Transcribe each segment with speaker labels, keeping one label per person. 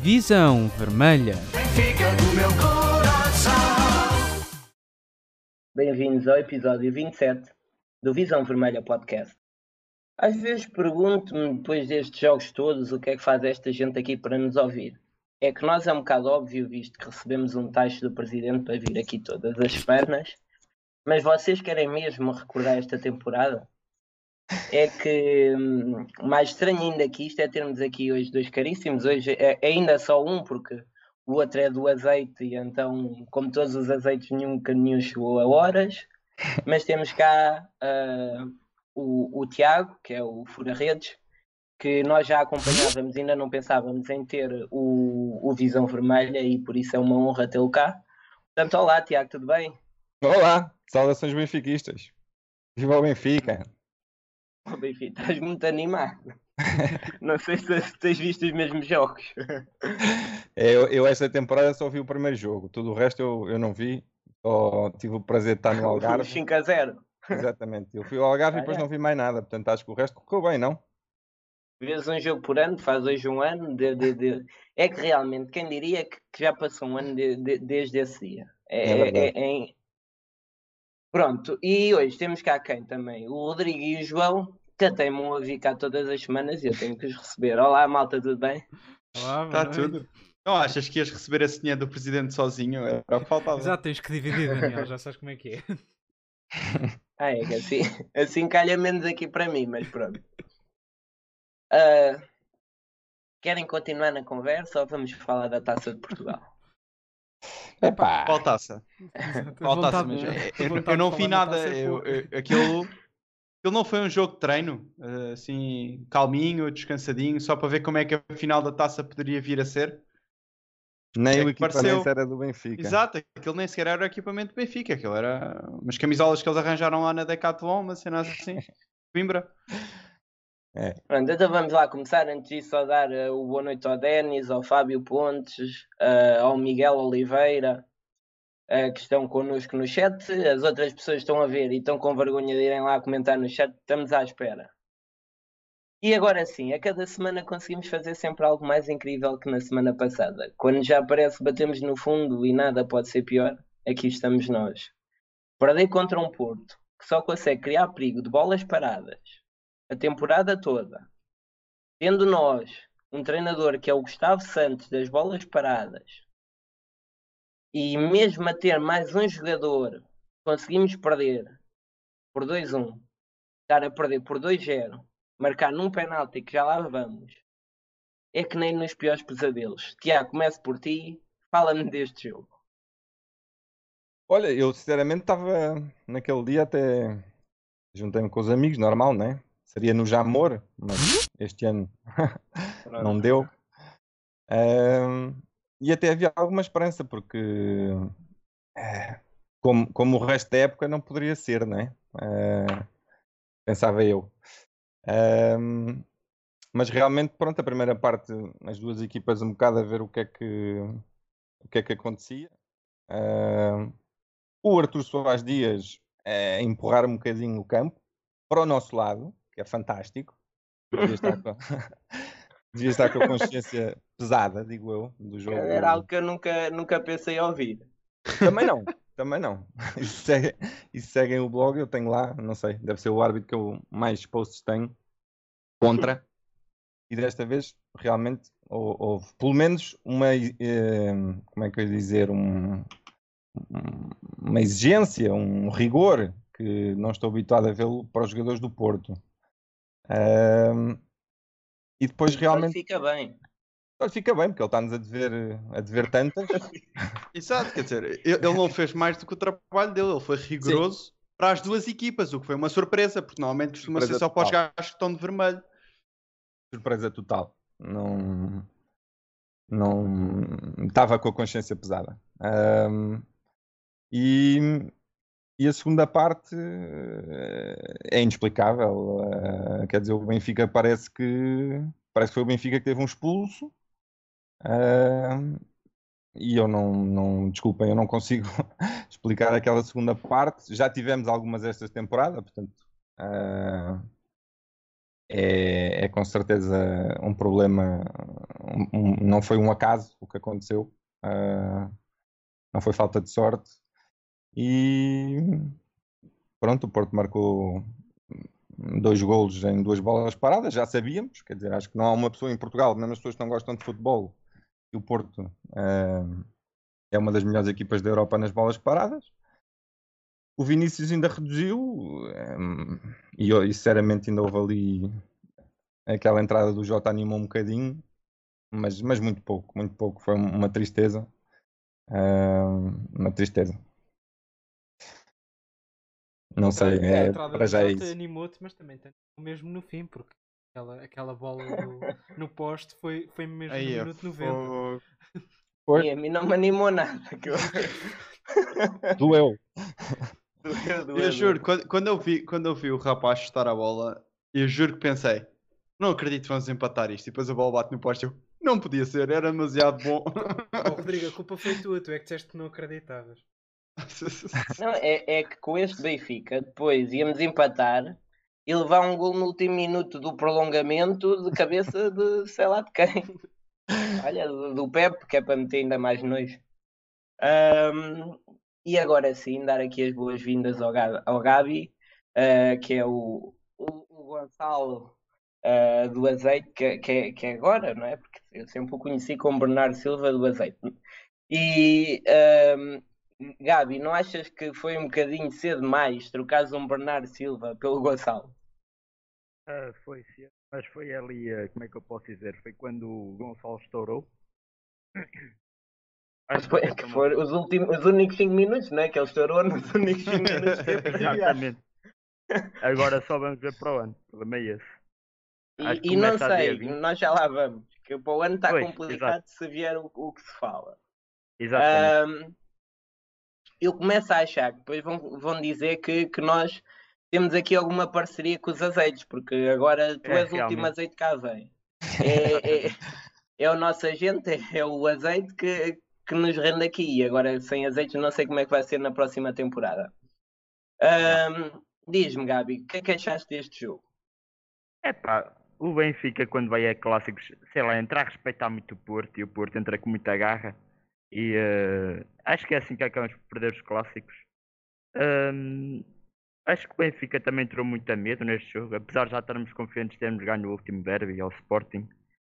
Speaker 1: Visão Vermelha.
Speaker 2: Bem-vindos ao episódio 27 do Visão Vermelha Podcast. Às vezes pergunto-me, depois destes jogos todos, o que é que faz esta gente aqui para nos ouvir. É que nós é um bocado óbvio, visto que recebemos um taxa do Presidente para vir aqui todas as semanas, mas vocês querem mesmo recordar esta temporada? É que mais estranho ainda que isto é termos aqui hoje dois caríssimos. Hoje é ainda só um, porque o outro é do azeite e então, como todos os azeites, nenhum chegou a horas. Mas temos cá o Tiago, que é o Fura-Redes, que nós já acompanhávamos, ainda não pensávamos em ter o Visão Vermelha e por isso é uma honra tê-lo cá. Portanto, olá Tiago, tudo bem?
Speaker 3: Olá, saudações benfiquistas. Viva o Benfica!
Speaker 2: Oh, Benfica, estás muito animado. Não sei se tens visto os mesmos jogos.
Speaker 3: Eu esta temporada só vi o primeiro jogo, tudo o resto eu não vi, só tive o prazer de estar no Algarve.
Speaker 2: 5-0.
Speaker 3: Exatamente, eu fui ao Algarve e depois não vi mais nada, portanto acho que o resto correu bem, não?
Speaker 2: Vês um jogo por ano, faz hoje um ano. É que realmente, quem diria que já passou um ano desde esse dia?
Speaker 3: É verdade.
Speaker 2: Pronto, e hoje temos cá quem também? O Rodrigo e o João, que até me vão vir cá todas as semanas e eu tenho que os receber. Olá, malta, tudo bem?
Speaker 4: Olá, está tudo. Não achas que ias receber a senha do presidente sozinho? Era o que faltava.
Speaker 1: Exato, tens que dividir, Daniel, já sabes como é que é.
Speaker 2: É que assim calha menos aqui para mim, mas pronto. Querem continuar na conversa ou vamos falar da Taça de Portugal?
Speaker 3: Epá.
Speaker 4: Qual taça? Qual taça? Mas eu não vi nada. Aquilo não foi um jogo de treino, assim, calminho, descansadinho, só para ver como é que a final da taça poderia vir a ser.
Speaker 3: Nem o equipamento era do Benfica.
Speaker 4: Exato, aquilo nem sequer era o equipamento do Benfica, aquilo era umas camisolas que eles arranjaram lá na Decathlon, uma cena assim, Coimbra.
Speaker 2: Pronto, então vamos lá começar. Antes disso, só dar o boa noite ao Denis, ao Fábio Pontes, ao Miguel Oliveira, que estão connosco no chat. As outras pessoas estão a ver e estão com vergonha de irem lá comentar no chat. Estamos à espera. E agora sim, a cada semana conseguimos fazer sempre algo mais incrível que na semana passada. Quando já parece que batemos no fundo e nada pode ser pior, aqui estamos nós. Perder contra um Porto, que só consegue criar perigo de bolas paradas a temporada toda, tendo nós um treinador que é o Gustavo Santos das bolas paradas, e mesmo a ter mais um jogador, conseguimos perder por 2-1, estar a perder por 2-0, marcar num penalti que já lá vamos. É que nem nos piores pesadelos. Tiago, começo por ti, fala-me deste jogo.
Speaker 3: Olha, eu sinceramente estava naquele dia até juntei-me com os amigos, normal, né? Seria no Jamor, mas este ano não deu. E até havia alguma esperança, porque como o resto da época não poderia ser, né? Pensava eu. Mas realmente, pronto, a primeira parte, as duas equipas um bocado a ver o que é que acontecia. O Arthur Soares Dias a empurrar um bocadinho o campo para o nosso lado, que é fantástico. Devia estar com a consciência pesada, digo eu, do jogo.
Speaker 2: Era algo que eu nunca pensei ouvir.
Speaker 3: Também não. Isso seguem o blog, eu tenho lá, não sei, deve ser o árbitro que eu mais posts tenho contra. E desta vez, realmente, houve pelo menos uma, como é que eu ia dizer, uma exigência, um rigor que não estou habituado a vê-lo para os jogadores do Porto. E depois realmente...
Speaker 2: Fica bem.
Speaker 3: Fica bem, porque ele está-nos a dever tantas.
Speaker 4: Exato, quer dizer, ele não fez mais do que o trabalho dele, ele foi rigoroso para as duas equipas, o que foi uma surpresa, porque normalmente costuma ser só para os gajos que estão de vermelho.
Speaker 3: Surpresa total. Não estava com a consciência pesada. E a segunda parte é inexplicável. Quer dizer, o Benfica parece que foi o Benfica que teve um expulso. E eu desculpem, eu não consigo explicar aquela segunda parte. Já tivemos algumas esta temporada, portanto é com certeza um problema não foi um acaso o que aconteceu, não foi falta de sorte. E pronto, o Porto marcou 2 golos em 2 bolas paradas, já sabíamos, quer dizer, acho que não há uma pessoa em Portugal, mesmo as pessoas que não gostam de futebol, que o Porto é uma das melhores equipas da Europa nas bolas paradas. O Vinícius ainda reduziu e sinceramente ainda houve ali aquela entrada do Jota, animou um bocadinho, mas muito pouco, foi uma tristeza. Uma tristeza. Não sei, para já é isso.
Speaker 1: Animou-te, mas também mesmo no fim, porque aquela bola no poste foi mesmo no minuto 90.
Speaker 2: E a mim não me animou nada.
Speaker 3: Doeu.
Speaker 4: Eu juro, quando eu vi o rapaz chutar a bola, eu juro que pensei, não acredito que vamos empatar isto. E depois a bola bate no poste, eu, não podia ser, era demasiado bom.
Speaker 1: Rodrigo, a culpa foi tua, tu é que disseste que não acreditavas.
Speaker 2: Não, é que com este Benfica depois íamos empatar e levar um gol no último minuto do prolongamento de cabeça de sei lá de quem. Olha, do Pepe, que é para meter ainda mais nojo. E agora sim, dar aqui as boas-vindas ao Gabi, que é o Gonçalo do Azeite, que é agora, não é? Porque eu sempre o conheci como Bernardo Silva do Azeite. E Gabi, não achas que foi um bocadinho cedo demais trocares um Bernardo Silva pelo Gonçalo?
Speaker 5: Foi cedo, mas foi ali, como é que eu posso dizer? Foi quando o Gonçalo estourou.
Speaker 2: Foram os únicos 5 minutos, não é? Que ele estourou nos únicos 5 minutos.
Speaker 5: Exatamente. Agora só vamos ver para o ano, pelo meio esse.
Speaker 2: E não sei, nós já lá vamos, que para o ano está complicado se vier o que se fala.
Speaker 5: Exatamente.
Speaker 2: Eu começo a achar que depois vão dizer que nós temos aqui alguma parceria com os azeites, porque agora tu és o último azeite que cá vem. É o nosso agente, é o azeite que nos rende aqui. E agora sem azeites não sei como é que vai ser na próxima temporada. Diz-me, Gabi, o que é que achaste deste jogo?
Speaker 5: O Benfica quando vai a clássicos, sei lá, entra a respeitar muito o Porto e o Porto entra com muita garra. E acho que é assim que acabamos por perder os clássicos. Acho que o Benfica também entrou muito a medo neste jogo, apesar de já estarmos confiantes de termos ganho o último derby ao Sporting.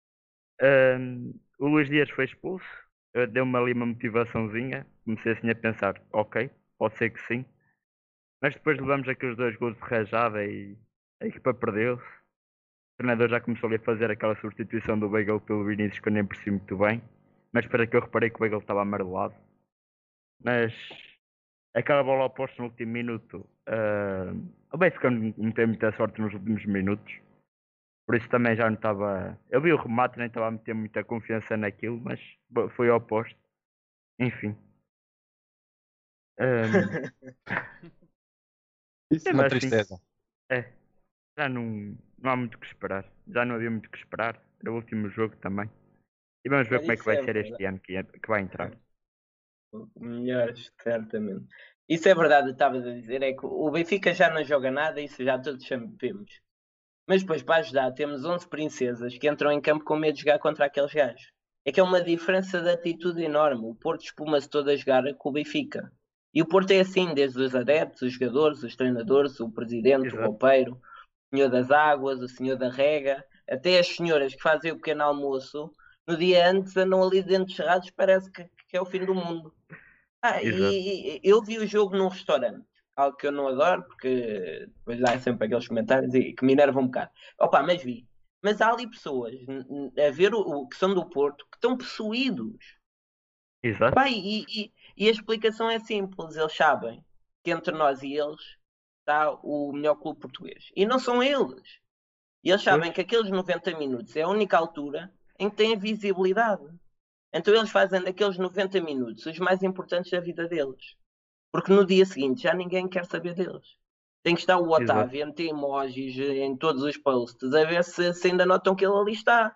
Speaker 5: O Luís Dias foi expulso, deu-me ali uma motivaçãozinha, comecei assim a pensar, ok, pode ser que sim. Mas depois levamos aqueles 2 gols de rajada e a equipa perdeu-se. O treinador já começou ali a fazer aquela substituição do Weigl pelo Vinícius que eu nem percebi muito bem. Mas para que eu reparei que o Weigl estava amarelado. Mas aquela bola ao posto no último minuto, o Benfica não teve muita sorte nos últimos minutos. Por isso também já não estava. Eu vi o remate, nem estava a meter muita confiança naquilo, mas foi ao posto. Enfim.
Speaker 3: Isso é uma tristeza.
Speaker 5: Já não há muito o que esperar. Já não havia muito o que esperar. Era o último jogo também. E vamos ver como é que vai ser este ano que vai entrar.
Speaker 2: Melhores, certamente. Isso é verdade, estavas a dizer, é que o Benfica já não joga nada, isso já todos sabemos. Mas depois, para ajudar, temos 11 princesas que entram em campo com medo de jogar contra aqueles gajos. É que é uma diferença de atitude enorme. O Porto espuma-se todo a jogar com o Benfica. E o Porto é assim, desde os adeptos, os jogadores, os treinadores, o presidente, o roupeiro, o senhor das águas, o senhor da rega, até as senhoras que fazem o pequeno almoço, no dia antes andam ali dentro cerrados, parece que é o fim do mundo. E eu vi o jogo num restaurante, algo que eu não adoro, porque depois há sempre aqueles comentários que me enervam um bocado. Mas vi. Mas há ali pessoas a ver o que são do Porto que estão possuídos.
Speaker 5: Exato.
Speaker 2: E a explicação é simples. Eles sabem que entre nós e eles está o melhor clube português. E não são eles. E eles sabem que aqueles 90 minutos é a única altura em que têm visibilidade. Então eles fazem daqueles 90 minutos os mais importantes da vida deles. Porque no dia seguinte já ninguém quer saber deles. Tem que estar o Otávio a meter emojis em todos os posts a ver se ainda notam que ele ali está.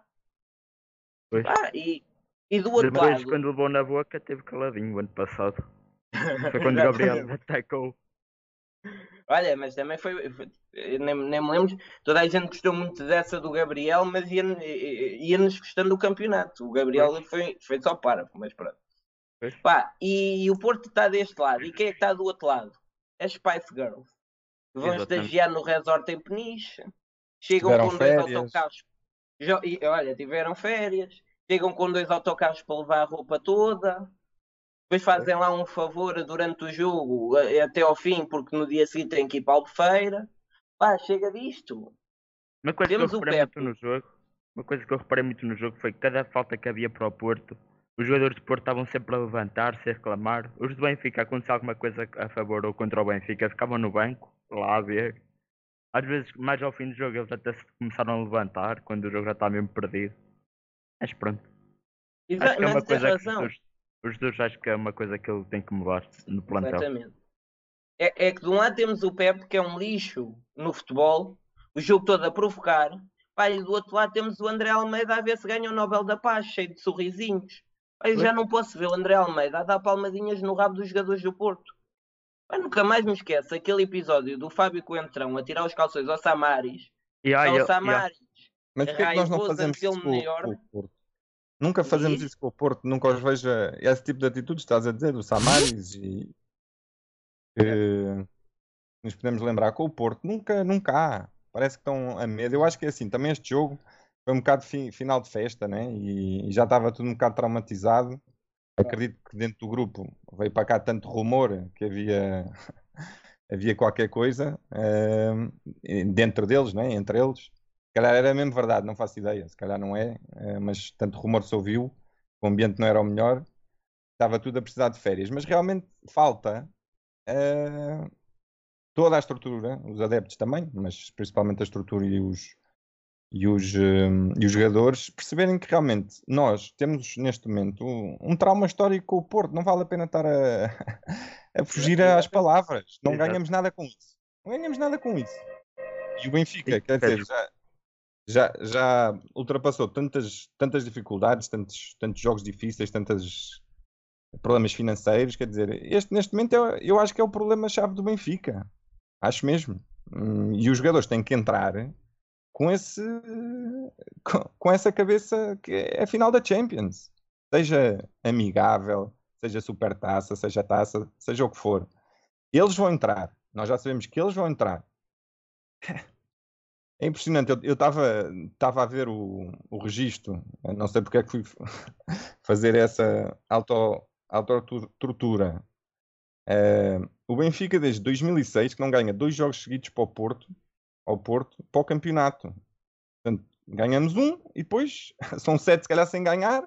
Speaker 2: E do outro
Speaker 5: depois,
Speaker 2: lado...
Speaker 5: quando levou na boca, teve caladinho o ano passado. Foi quando o Gabriel atacou.
Speaker 2: Olha, mas também nem me lembro, toda a gente gostou muito dessa do Gabriel, mas ia-nos gostando do campeonato. O Gabriel foi só para, mas pronto. Pá, e o Porto está deste lado, e quem é que está do outro lado? As Spice Girls. Vão estagiar no resort em Peniche, chegam com 2 autocarros. Olha, tiveram férias, chegam com 2 autocarros para levar a roupa toda. Depois fazem lá um favor durante o jogo até ao fim, porque no dia seguinte têm que ir para a Albufeira. Pá, chega disto.
Speaker 5: Uma coisa que eu reparei muito no jogo foi que cada falta que havia para o Porto, os jogadores do Porto estavam sempre a levantar-se, a reclamar. Os do Benfica, acontecia alguma coisa a favor ou contra o Benfica, ficavam no banco, lá a ver. Às vezes, mais ao fim do jogo, eles até se começaram a levantar, quando o jogo já está mesmo perdido. Mas pronto. Acho que é uma coisa que os dois acho que é uma coisa que ele tem que mudar no plantel.
Speaker 2: Exatamente. É que de um lado temos o Pepe, que é um lixo no futebol, o jogo todo a provocar. Pá, e do outro lado temos o André Almeida a ver se ganha o Nobel da Paz, cheio de sorrisinhos. Pá, eu já não posso ver o André Almeida a dar palmadinhas no rabo dos jogadores do Porto. Pá, nunca mais me esqueço aquele episódio do Fábio Coentrão a tirar os calções ao Samaris.
Speaker 3: Mas porquê é que nós não fazemos isso com o Porto? Nunca fazemos isso com o Porto, nunca os vejo esse tipo de atitudes, estás a dizer, do Samaris e nos podemos lembrar com o Porto, nunca há, parece que estão a medo. Eu acho que é assim, também este jogo foi um bocado final de festa, né? E já estava tudo um bocado traumatizado. Acredito que dentro do grupo veio para cá tanto rumor que havia qualquer coisa dentro deles, né? Entre eles. Se calhar era mesmo verdade, não faço ideia, se calhar não é, mas tanto rumor se ouviu, o ambiente não era o melhor, estava tudo a precisar de férias, mas realmente falta toda a estrutura, os adeptos também, mas principalmente a estrutura e os jogadores, perceberem que realmente nós temos neste momento um trauma histórico com o Porto, não vale a pena estar a fugir às palavras, não ganhamos nada com isso, E o Benfica, quer dizer, já ultrapassou tantas dificuldades, tantos jogos difíceis, tantos problemas financeiros, quer dizer, neste momento eu acho que é o problema-chave do Benfica, acho mesmo, e os jogadores têm que entrar com essa cabeça que é a final da Champions, seja amigável, seja supertaça, seja taça, seja o que for, eles vão entrar, nós já sabemos que eles vão entrar. É impressionante, eu estava a ver o registro, não sei porque é que fui fazer essa autotortura. O Benfica desde 2006 que não ganha 2 jogos seguidos para o campeonato. Portanto, ganhamos um e depois são 7 se calhar sem ganhar.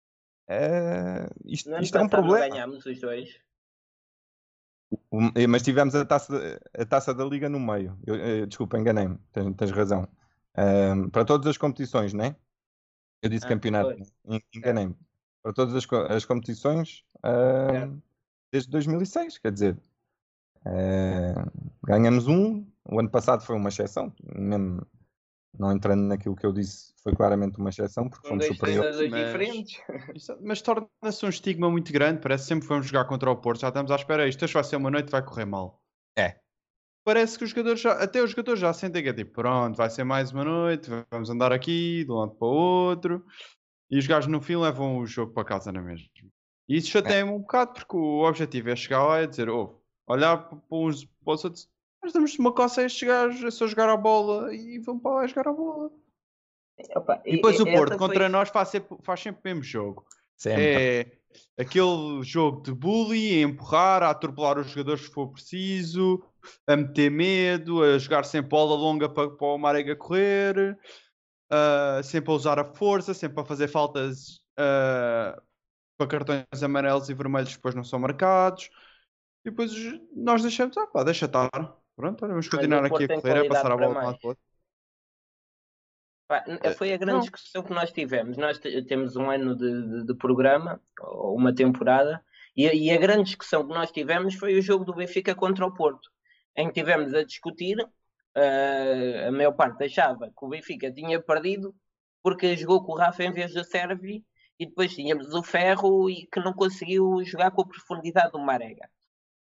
Speaker 3: Isto é um problema.
Speaker 2: Não ganhámos os 2.
Speaker 3: Mas tivemos a taça da Liga no meio. Desculpa, enganei-me. Tens razão. Para todas as competições, não é? Eu disse campeonato. Enganei-me. Para todas as competições desde 2006. Quer dizer, ganhamos um. O ano passado foi uma exceção. Mesmo não entrando naquilo que eu disse, foi claramente uma exceção, porque fomos superiores.
Speaker 4: Mas torna-se um estigma muito grande, parece que sempre vamos jogar contra o Porto, já estamos à espera, isto vai ser uma noite, vai correr mal. Parece que os jogadores já sentem que é tipo, pronto, vai ser mais uma noite, vamos andar aqui, de um lado para o outro, e os gajos no fim levam o jogo para casa na mesma. E isso chateia-me um bocado, porque o objetivo é chegar lá e dizer, olhar para os outros, nós damos uma coça a estes gajos, é só jogar a bola e vão para lá jogar a bola. E depois o Porto contra nós faz sempre o mesmo jogo.
Speaker 3: Sempre.
Speaker 4: É aquele jogo de bully, a empurrar, a atropelar os jogadores se for preciso, a meter medo, a jogar sempre bola longa para o Marega correr, sempre a usar a força, sempre a fazer faltas para cartões amarelos e vermelhos que depois não são marcados. E depois nós deixamos, deixa estar. Pronto, vamos continuar aqui a correr, a passar a bola de um lado para o outro.
Speaker 2: Foi a grande discussão que nós tivemos. Nós temos um ano de programa, ou uma temporada, e a grande discussão que nós tivemos foi o jogo do Benfica contra o Porto, em que tivemos a discutir, a maior parte achava que o Benfica tinha perdido porque jogou com o Rafa em vez do Sérvio, e depois tínhamos o Ferro e que não conseguiu jogar com a profundidade do Marega.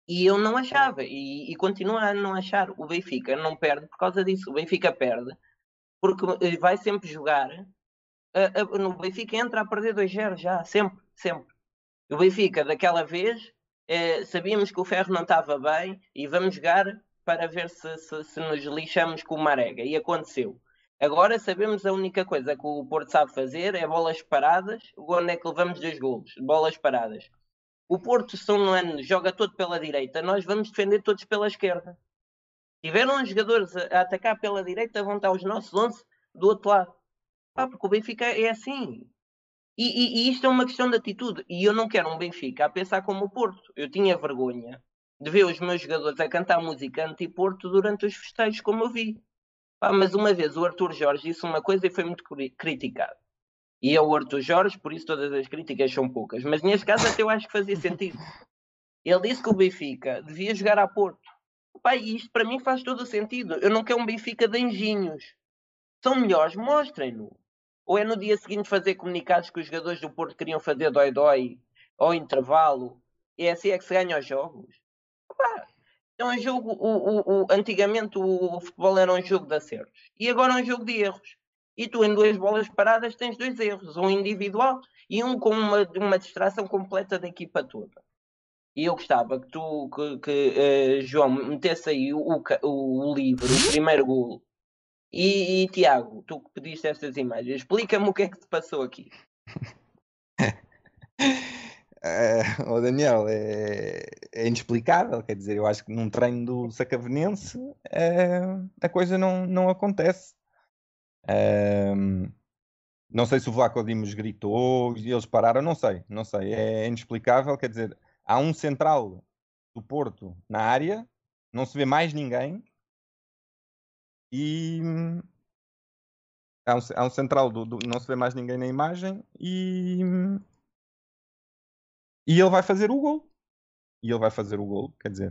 Speaker 2: E eu não achava, e continuo a não achar. O Benfica não perde por causa disso. O Benfica perde porque vai sempre jogar. No Benfica entra a perder 2-0 já, sempre, sempre. O Benfica, daquela vez, sabíamos que o Ferro não estava bem e vamos jogar para ver se nos lixamos com o Marega. E aconteceu. Agora sabemos a única coisa que o Porto sabe fazer é bolas paradas. Onde é que levamos 2 golos? Bolas paradas. O Porto, se um ano joga todo pela direita, nós vamos defender todos pela esquerda. Se tiveram os jogadores a atacar pela direita, vão estar os nossos 11 do outro lado. Porque o Benfica é assim. E isto é uma questão de atitude. E eu não quero um Benfica a pensar como o Porto. Eu tinha vergonha de ver os meus jogadores a cantar música anti-Porto durante os festejos, como eu vi. Mas uma vez o Arthur Jorge disse uma coisa e foi muito criticado. E é o Arthur Jorge, por isso todas as críticas são poucas. Mas neste caso até eu acho que fazia sentido. Ele disse que o Benfica devia jogar a Porto. E isto para mim faz todo o sentido. Eu não quero um Benfica de anjinhos. São melhores, mostrem-no. Ou é no dia seguinte fazer comunicados que os jogadores do Porto queriam fazer dói-dói ao intervalo. E é assim é que se ganha os jogos. É um jogo. Antigamente o futebol era um jogo de acertos. E agora é um jogo de erros. E tu em 2 bolas paradas tens 2 erros. Um individual e um com uma distração completa da equipa toda. E eu gostava que tu, João, metesse aí o livro, o primeiro golo. E Tiago, tu que pediste estas imagens, explica-me o que é que se passou aqui.
Speaker 3: O Daniel, é inexplicável, quer dizer, eu acho que num treino do Sacavenense a coisa não acontece. Não sei se o Vlaco Dimos gritou e eles pararam, não sei, é inexplicável, quer dizer, há um central do Porto na área, não se vê mais ninguém e há um central não se vê mais ninguém na imagem e ele vai fazer o gol. Quer dizer,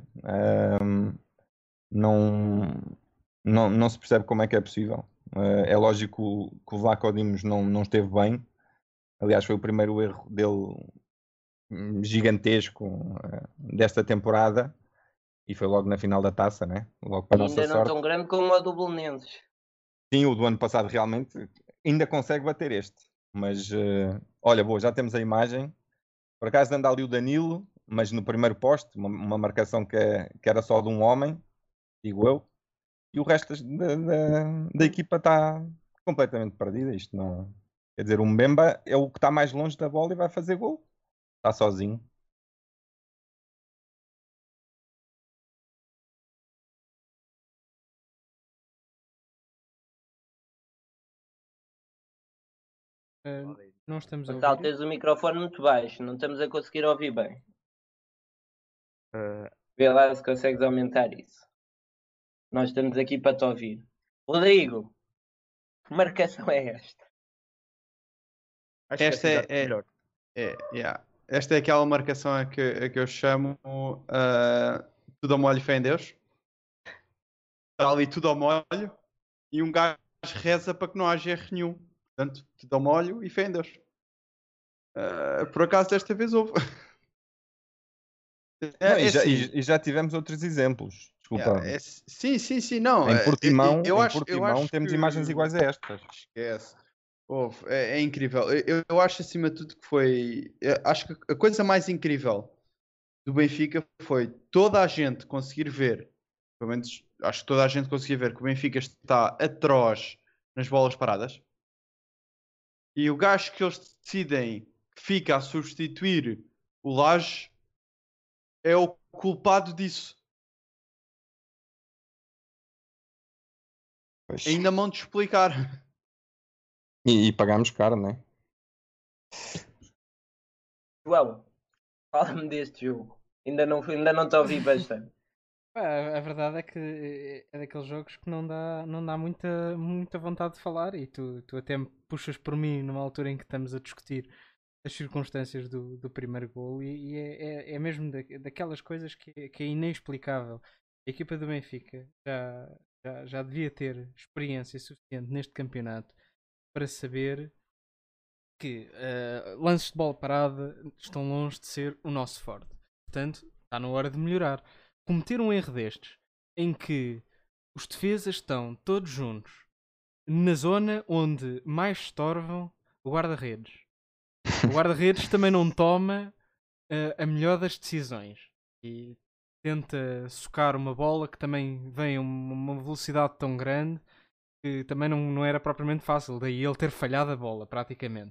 Speaker 3: não se percebe como é que é possível. É lógico que o Vlaco Dimos não esteve bem. Aliás, foi o primeiro erro dele gigantesco desta temporada e foi logo na final da taça, né? Logo para a nossa
Speaker 2: sorte. Ainda não tão grande como o do Belenenses.
Speaker 3: Sim, o do ano passado realmente ainda consegue bater este. Mas, olha, já temos a imagem. Por acaso anda ali o Danilo, mas no primeiro poste, uma marcação que era só de um homem, digo eu, e o resto da equipa está completamente perdida. Isto não... Quer dizer, o Mbemba é o que está mais longe da bola e vai fazer gol. Está sozinho.
Speaker 1: Não estamos a ouvir.
Speaker 2: Tal, tens o microfone muito baixo, não estamos a conseguir ouvir bem. Vê lá se consegues aumentar isso. Nós estamos aqui para te ouvir. Rodrigo, que marcação é esta?
Speaker 4: Esta esta é aquela marcação a que eu chamo tudo ao molho, fé em Deus. Está ali tudo ao molho e um gajo reza para que não haja erro nenhum. Portanto, tudo ao molho e fé em Deus. Por acaso desta vez houve.
Speaker 3: E já tivemos outros exemplos. Desculpa.
Speaker 4: Sim, não.
Speaker 3: Em Portimão,
Speaker 4: eu acho
Speaker 3: temos imagens iguais a estas.
Speaker 4: Esquece. É incrível. Eu acho acima de tudo que foi. Acho que a coisa mais incrível do Benfica foi toda a gente conseguir ver. Pelo menos acho que toda a gente conseguia ver que o Benfica está atroz nas bolas paradas. E o gajo que eles decidem que fica a substituir o Lage é o culpado disso. Pois. Ainda mão de explicar.
Speaker 3: E pagámos caro, não é?
Speaker 2: João, fala-me deste jogo. Ainda não te ouvi bastante.
Speaker 1: A verdade é que é daqueles jogos que não dá muita vontade de falar e tu até me puxas por mim numa altura em que estamos a discutir as circunstâncias do primeiro gol e é mesmo daquelas coisas que é inexplicável. A equipa do Benfica já devia ter experiência suficiente neste campeonato para saber que lances de bola parada estão longe de ser o nosso forte. Portanto, está na hora de melhorar. Cometer um erro destes, em que os defesas estão todos juntos na zona onde mais estorvam o guarda-redes. O guarda-redes também não toma a melhor das decisões e tenta socar uma bola que também vem a uma velocidade tão grande que também não era propriamente fácil, daí ele ter falhado a bola praticamente.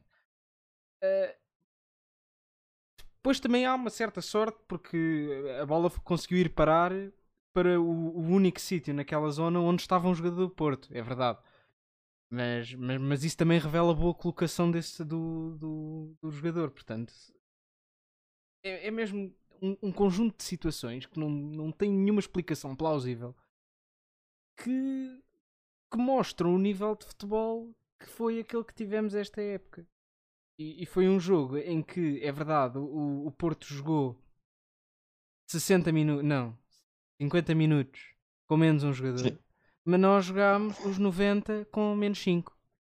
Speaker 1: Depois também há uma certa sorte porque a bola conseguiu ir parar para o único sítio naquela zona onde estava um jogador do Porto, é verdade. Mas isso também revela a boa colocação do jogador. Portanto, é mesmo um conjunto de situações que não tem nenhuma explicação plausível que mostram o nível de futebol que foi aquele que tivemos esta época. E foi um jogo em que, é verdade, o Porto jogou 60 minutos, não, 50 minutos com menos um jogador. Sim. Mas nós jogámos os 90 com menos 5.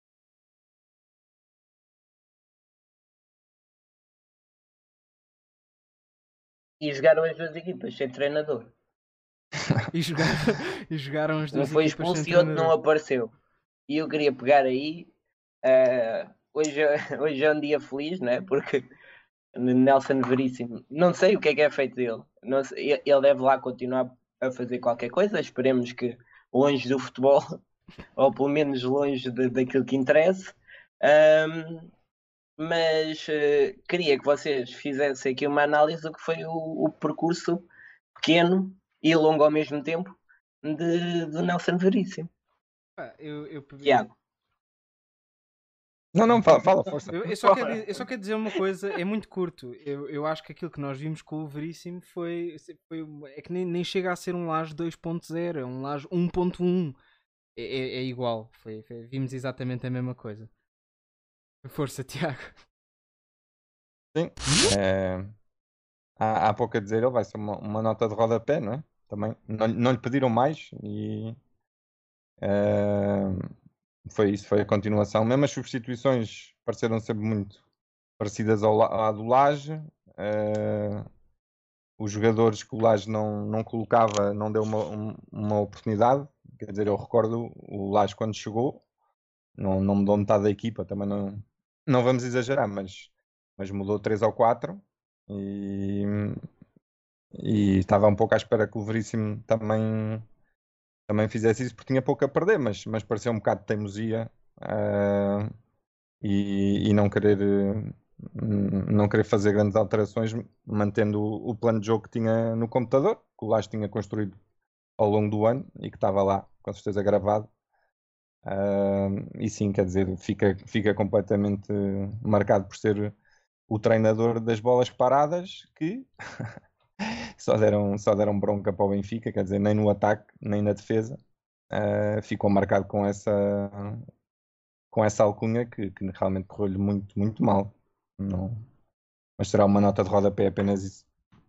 Speaker 2: E jogaram as duas equipas sem treinador.
Speaker 1: e jogaram as duas equipas sem treinador.
Speaker 2: Um foi expulso e outro não apareceu. E eu queria pegar aí. Hoje é um dia feliz, não é? Porque Nelson Veríssimo, não sei o que é feito dele. Não sei, ele deve lá continuar a fazer qualquer coisa. Esperemos que longe do futebol, ou pelo menos longe daquilo que interessa. Mas queria que vocês fizessem aqui uma análise do que foi o percurso pequeno e longo ao mesmo tempo de Nelson Veríssimo. Tiago.
Speaker 3: Não, fala, força.
Speaker 1: Eu só quero dizer uma coisa, é muito curto. Eu acho que aquilo que nós vimos com o Veríssimo é que nem chega a ser um Laje 2.0, é um Laje 1.1. É igual, vimos exatamente a mesma coisa. Força, Tiago.
Speaker 3: Sim, há pouco a dizer, ele vai ser uma nota de rodapé, não é? Também não lhe pediram mais e foi isso, foi a continuação. Mesmo as substituições pareceram sempre muito parecidas à do Laje. Os jogadores que o Laje não colocava, não deu uma oportunidade. Quer dizer, eu recordo o Laje quando chegou, não mudou metade da equipa, também não vamos exagerar, mas mudou 3 ou 4 e estava um pouco à espera que o Veríssimo também fizesse isso porque tinha pouco a perder, mas pareceu um bocado de teimosia e não querer fazer grandes alterações, mantendo o plano de jogo que tinha no computador, que o Laje tinha construído ao longo do ano e que estava lá, com certeza gravado. E sim, quer dizer, fica completamente marcado por ser o treinador das bolas paradas que só deram bronca para o Benfica, quer dizer, nem no ataque nem na defesa ficou marcado com essa alcunha que realmente correu-lhe muito, muito mal. Não, mas será uma nota de rodapé apenas isso.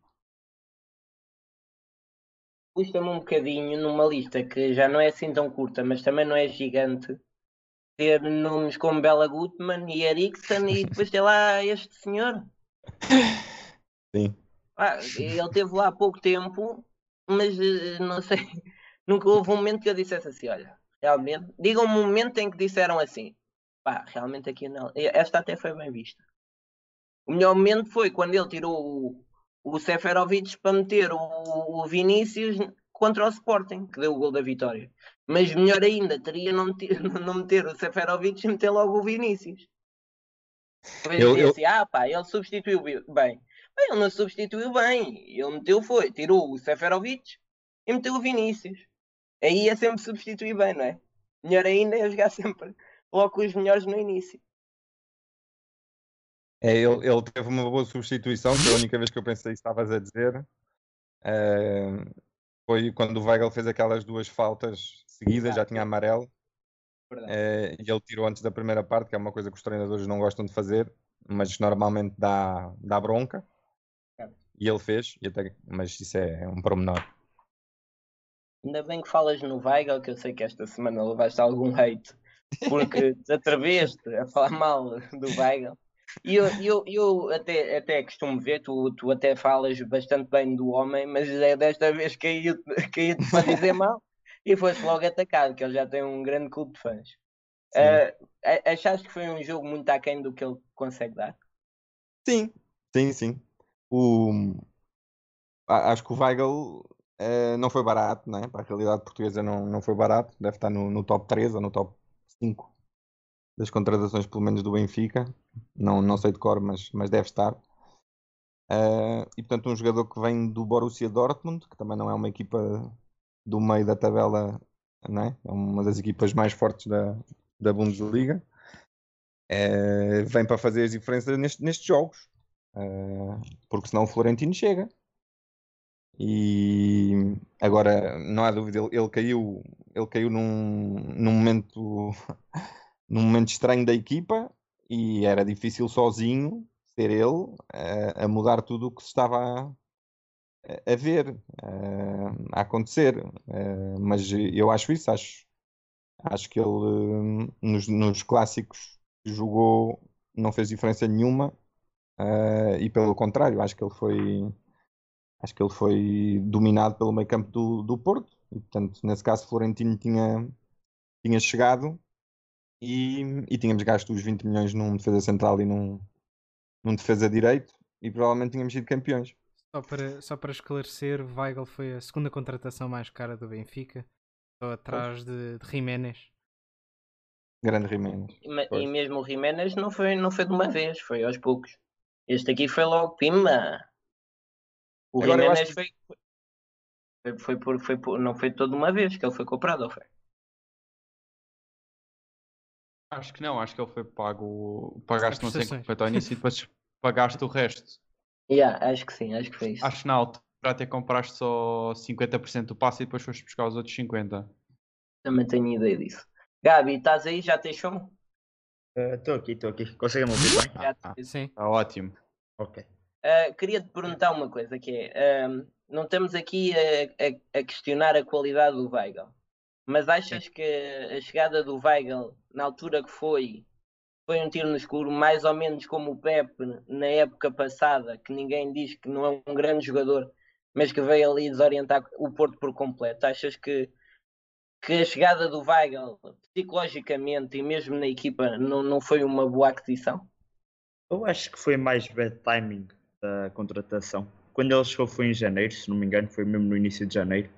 Speaker 2: Custa-me um bocadinho numa lista que já não é assim tão curta, mas também não é gigante, ter nomes como Bela Gutmann e Eriksen e depois ter lá este senhor.
Speaker 3: Sim.
Speaker 2: Ele esteve lá há pouco tempo, mas não sei, nunca houve um momento que eu dissesse assim, olha, realmente, digam-me um momento em que disseram assim, realmente aqui não, esta até foi bem vista. O melhor momento foi quando ele tirou o Seferovic para meter o Vinícius contra o Sporting, que deu o gol da vitória. Mas melhor ainda, teria não meter o Seferovic e meter logo o Vinícius. Depois dizia assim, ele substituiu bem. Ele não substituiu bem. Ele tirou o Seferovic e meteu o Vinícius. Aí é sempre substituir bem, não é? Melhor ainda é jogar sempre logo com os melhores no início.
Speaker 3: Ele teve uma boa substituição, que a única vez que eu pensei isso estavas a dizer foi quando o Weigl fez aquelas 2 faltas seguidas, já tinha amarelo, e ele tirou antes da primeira parte, que é uma coisa que os treinadores não gostam de fazer, mas normalmente dá bronca, e ele fez, mas isso é um pormenor.
Speaker 2: Ainda bem que falas no Weigl, que eu sei que esta semana levaste algum hate, porque te atreveste a falar mal do Weigl. E eu até costumo ver, tu até falas bastante bem do homem, mas desta vez caí-te para dizer mal e foste logo atacado, que ele já tem um grande clube de fãs. Achaste que foi um jogo muito aquém do que ele consegue dar?
Speaker 3: Sim. Acho que o Weigl não foi barato, né? Para a realidade portuguesa não foi barato. Deve estar no top 3 ou no top 5 das contratações, pelo menos do Benfica. Não sei de cor, mas deve estar. E portanto, um jogador que vem do Borussia Dortmund, que também não é uma equipa do meio da tabela, né? É uma das equipas mais fortes da Bundesliga. Vem para fazer as diferenças nestes jogos, porque senão o Florentino chega. E agora não há dúvida, ele caiu num momento num momento estranho da equipa e era difícil sozinho ser ele a mudar tudo o que se estava a ver, a acontecer. Mas eu acho isso, acho que ele nos clássicos que jogou não fez diferença nenhuma, e pelo contrário, acho que ele foi dominado pelo meio campo do Porto e portanto nesse caso Florentino tinha chegado e tínhamos gasto os 20 milhões num defesa central e num defesa direito e provavelmente tínhamos sido campeões.
Speaker 1: Só para esclarecer, Weigl foi a segunda contratação mais cara do Benfica, só atrás de Jiménez.
Speaker 3: Grande Jiménez.
Speaker 2: E mesmo o Jiménez não foi de uma vez, foi aos poucos. Este aqui foi logo pima. O
Speaker 3: Agora,
Speaker 2: Jiménez não foi toda uma vez que ele foi comprado, ou foi?
Speaker 4: Acho que não, acho que ele foi pago. Pagaste não sei quanto ao início e depois pagaste o resto.
Speaker 2: Acho que sim, acho que foi isso.
Speaker 4: Acho que na altura até compraste só 50% do passe e depois foste buscar os outros 50%.
Speaker 2: Também tenho ideia disso. Gabi, estás aí? Já tens som?
Speaker 5: Estou aqui. Conseguem-me ouvir bem?
Speaker 1: Sim.
Speaker 4: Está ótimo.
Speaker 5: Ok.
Speaker 2: Queria-te perguntar uma coisa, que é, não estamos aqui a questionar a qualidade do Weigl, mas achas que a chegada do Weigl, na altura que foi um tiro no escuro, mais ou menos como o Pepe na época passada, que ninguém diz que não é um grande jogador, mas que veio ali desorientar o Porto por completo? Achas que a chegada do Weigl, psicologicamente e mesmo na equipa, não foi uma boa aquisição?
Speaker 5: Eu acho que foi mais bad timing da contratação. Quando ele chegou foi em janeiro, se não me engano, foi mesmo no início de janeiro.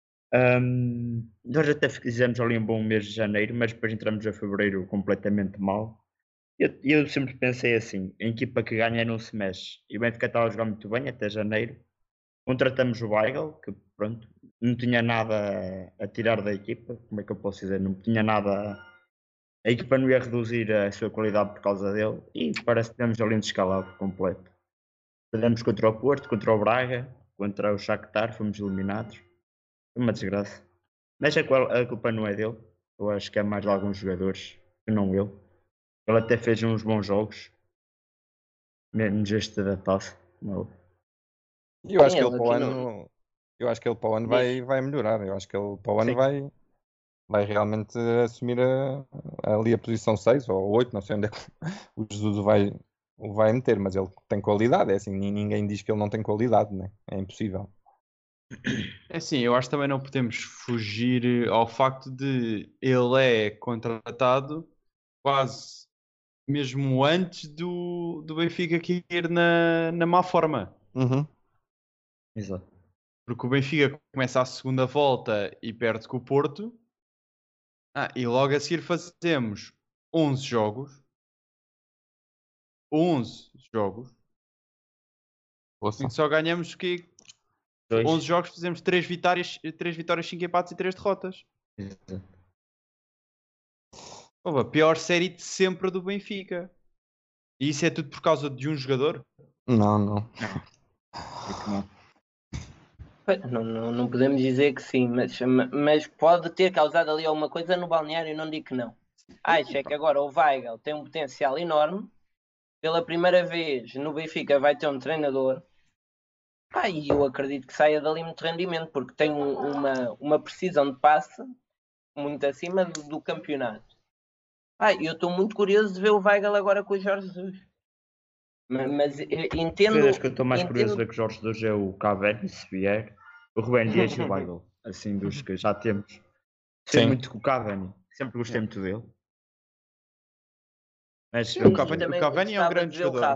Speaker 5: Nós até fizemos ali um bom mês de janeiro, mas depois entramos a fevereiro completamente mal. Eu sempre pensei assim, a equipa que ganha não se mexe. E o Benfica estava a jogar muito bem até janeiro. Contratamos o Weigl, que pronto, não tinha nada a tirar da equipa, como é que eu posso dizer? Não tinha nada. A equipa não ia reduzir a sua qualidade por causa dele e parece que temos ali um descalabro completo. Perdemos contra o Porto, contra o Braga, contra o Shakhtar, fomos eliminados. Foi uma desgraça. Mas a culpa não é dele. Eu acho que é mais de alguns jogadores que não ele. Ele até fez uns bons jogos, menos este da taça. Não.
Speaker 3: Eu acho que ele para o ano, vai melhorar. Eu acho que ele para o ano vai realmente assumir ali a posição 6 ou 8, não sei onde é que o Jesus o vai meter, mas ele tem qualidade, é assim, ninguém diz que ele não tem qualidade, né? É impossível.
Speaker 4: É assim, eu acho que também não podemos fugir ao facto de ele é contratado quase mesmo antes do Benfica cair na má forma.
Speaker 5: Exato.
Speaker 4: Porque o Benfica começa a segunda volta e perde com o Porto. E logo a seguir fazemos 11 jogos. 11 jogos. Em que só ganhamos o quê? 11 jogos, fizemos 3 vitórias, 5 empates e 3 derrotas.
Speaker 5: Exato.
Speaker 4: A pior série de sempre do Benfica. E isso é tudo por causa de um jogador?
Speaker 3: Não.
Speaker 2: Não podemos dizer que sim, mas pode ter causado ali alguma coisa no balneário, não digo que não. Acho é que agora o Weigl tem um potencial enorme. Pela primeira vez no Benfica vai ter um treinador. E eu acredito que saia dali muito rendimento, porque tem uma precisão de passe muito acima do campeonato. Eu estou muito curioso de ver o Weigl agora com o Jorge Jesus. Mas
Speaker 5: Entendo.
Speaker 2: entendo.
Speaker 5: Que eu estou mais curioso de ver que o Jorge Jesus é o Cavani, se vier, o Rubén Dias e o Weigl, assim dos que já temos. Sei muito com o Cavani, sempre gostei muito dele. Mas
Speaker 2: Sim,
Speaker 5: o
Speaker 2: Cavani
Speaker 5: é um grande jogador.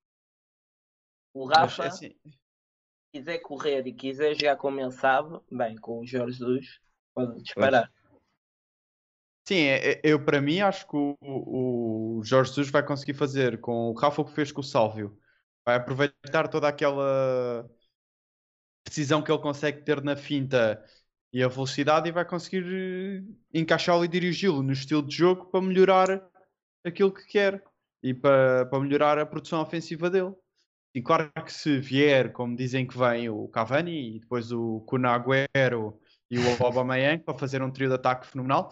Speaker 2: O Rafa, assim, se quiser correr e quiser jogar como ele sabe, bem, com o Jorge Jesus, pode disparar.
Speaker 4: Sim, eu para mim acho que o Jorge Jesus vai conseguir fazer com o Rafa o que fez com o Sálvio. Vai aproveitar toda aquela precisão que ele consegue ter na finta e a velocidade e vai conseguir encaixá-lo e dirigi-lo no estilo de jogo para melhorar aquilo que quer e para melhorar a produção ofensiva dele. E claro que se vier, como dizem que vem o Cavani e depois o Kun Agüero e o Aubameyang para fazer um trio de ataque fenomenal,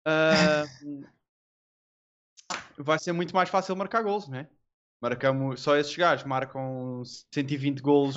Speaker 4: vai ser muito mais fácil marcar golos, não é? Só esses gajos marcam 120 golos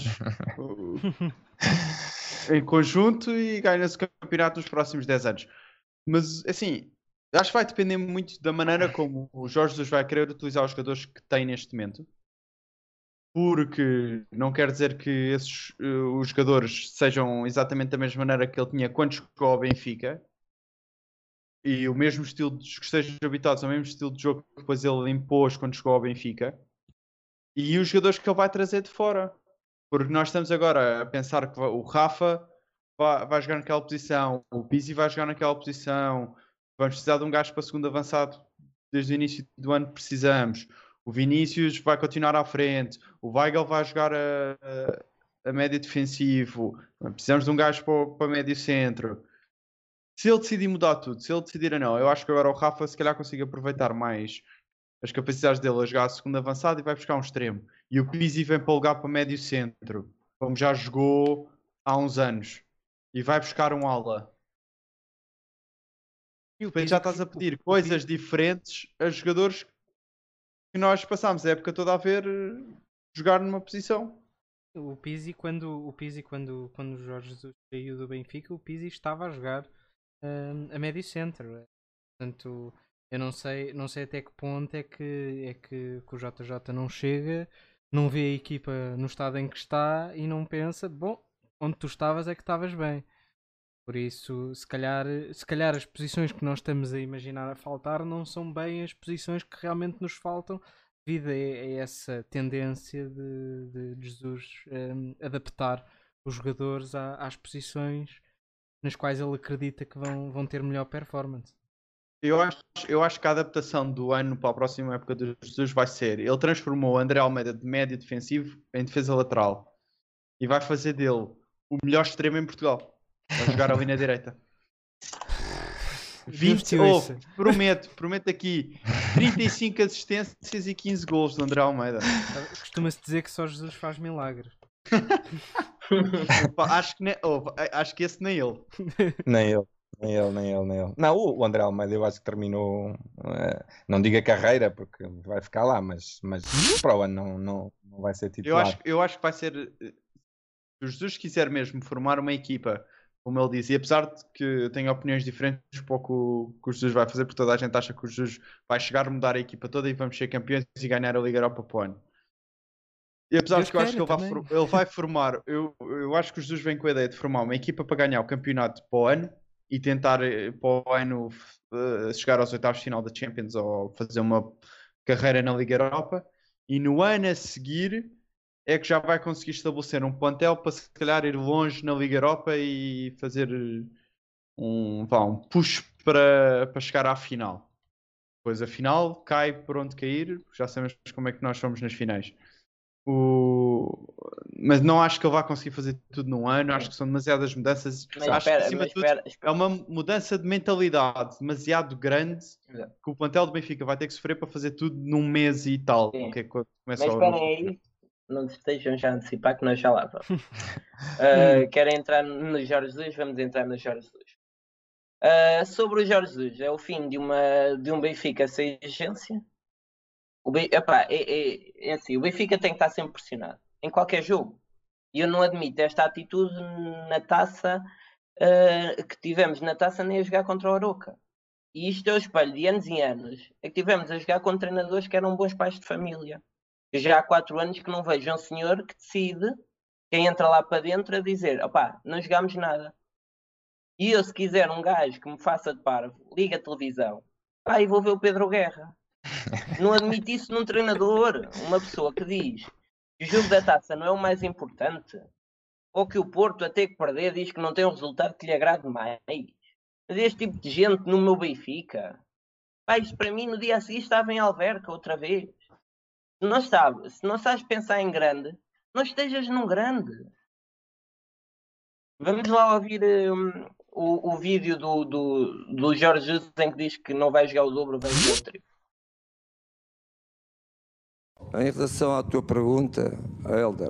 Speaker 4: em conjunto e ganham-se o campeonato nos próximos 10 anos. Mas, assim, acho que vai depender muito da maneira como o Jorge Jesus vai querer utilizar os jogadores que tem neste momento. Porque não quer dizer que os jogadores sejam exatamente da mesma maneira que ele tinha quando chegou ao Benfica. E o mesmo estilo que estejam habituados ao mesmo estilo de jogo que depois ele impôs quando chegou ao Benfica. E os jogadores que ele vai trazer de fora. Porque nós estamos agora a pensar que o Rafa vai jogar naquela posição, o Pizzi vai jogar naquela posição, vamos precisar de um gajo para segundo avançado desde o início do ano que precisamos. O Vinícius vai continuar à frente, o Weigl vai jogar a médio defensivo, precisamos de um gajo para médio centro. Se ele decidir mudar tudo, se ele decidir não, eu acho que agora o Rafa se calhar consiga aproveitar mais as capacidades dele a jogar a segundo avançado e vai buscar um extremo. E o Pizzi vem para o lugar para médio centro, como já jogou há uns anos. E vai buscar um ala. E depois já estás a pedir coisas diferentes a jogadores que nós passámos a época toda a ver jogar numa posição.
Speaker 1: O Pizzi, quando o Jorge Jesus saiu do Benfica, o Pizzi estava a jogar a médio centro. Portanto, eu não sei até que ponto é que o JJ não chega, não vê a equipa no estado em que está e não pensa, bom, onde tu estavas é que estavas bem. Por isso, se calhar as posições que nós estamos a imaginar a faltar não são bem as posições que realmente nos faltam, devido a essa tendência de Jesus adaptar os jogadores às posições nas quais ele acredita que vão ter melhor performance.
Speaker 4: Eu acho que a adaptação do ano para a próxima época de Jesus vai ser, ele transformou o André Almeida de médio defensivo em defesa lateral e vai fazer dele o melhor extremo em Portugal. Vai jogar ali na direita. 20, prometo aqui 35 assistências e 15 gols de André Almeida.
Speaker 1: Costuma-se dizer que só Jesus faz milagres.
Speaker 4: Acho que esse nem ele.
Speaker 3: Nem ele. Não, o André Almeida eu acho que terminou, não digo a carreira porque vai ficar lá, mas para o ano não vai ser titular.
Speaker 4: Eu acho que vai ser, se o Jesus quiser mesmo formar uma equipa, como ele diz, e apesar de que eu tenho opiniões diferentes para o que o Jesus vai fazer, porque toda a gente acha que o Jesus vai chegar a mudar a equipa toda e vamos ser campeões e ganhar a Liga Europa para o ano. E apesar de que eu acho que ele vai formar, eu acho que o Jesus vem com a ideia de formar uma equipa para ganhar o campeonato para o ano e tentar para o ano chegar aos oitavos de final da Champions ou fazer uma carreira na Liga Europa, e no ano a seguir é que já vai conseguir estabelecer um plantel para se calhar ir longe na Liga Europa e fazer um push para chegar à final. Depois a final cai por onde cair, já sabemos como é que nós somos nas finais. Mas não acho que ele vai conseguir fazer tudo num ano, acho que são demasiadas mudanças. Acho que acima de tudo é uma mudança de mentalidade demasiado grande que o plantel do Benfica vai ter que sofrer para fazer tudo num mês e tal. Que é quando começa
Speaker 2: mas esperem aí, não estejam já a antecipar que nós já lá vamos. Querem entrar no Jorge Jesus? Vamos entrar no Jorge Jesus. Sobre o Jorge Jesus, é o fim de um Benfica sem exigência. Assim, o Benfica tem que estar sempre pressionado em qualquer jogo, e eu não admito esta atitude na taça que tivemos na taça nem a jogar contra o Aroca, e isto é o espelho de anos e anos é que tivemos a jogar com treinadores que eram bons pais de família, Eu já há 4 anos que não vejo um senhor que decide, quem entra lá para dentro a dizer, opá, não jogamos nada. E eu, se quiser um gajo que me faça de parvo, liga a televisão, pá, e vou ver o Pedro Guerra. Não admito isso num treinador. Uma pessoa que diz que o jogo da taça não é o mais importante, ou que o Porto, a ter que perder, diz que não tem um resultado que lhe agrade mais. Mas este tipo de gente no meu Benfica, pá, isto para mim no dia a seguir estava em Alverca outra vez. Se não sabes pensar em grande, não estejas num grande. Vamos lá ouvir o vídeo do Jorge Jesus em que diz que não vai jogar o dobro, vai jogar o triplo.
Speaker 6: Em relação à tua pergunta, Helder,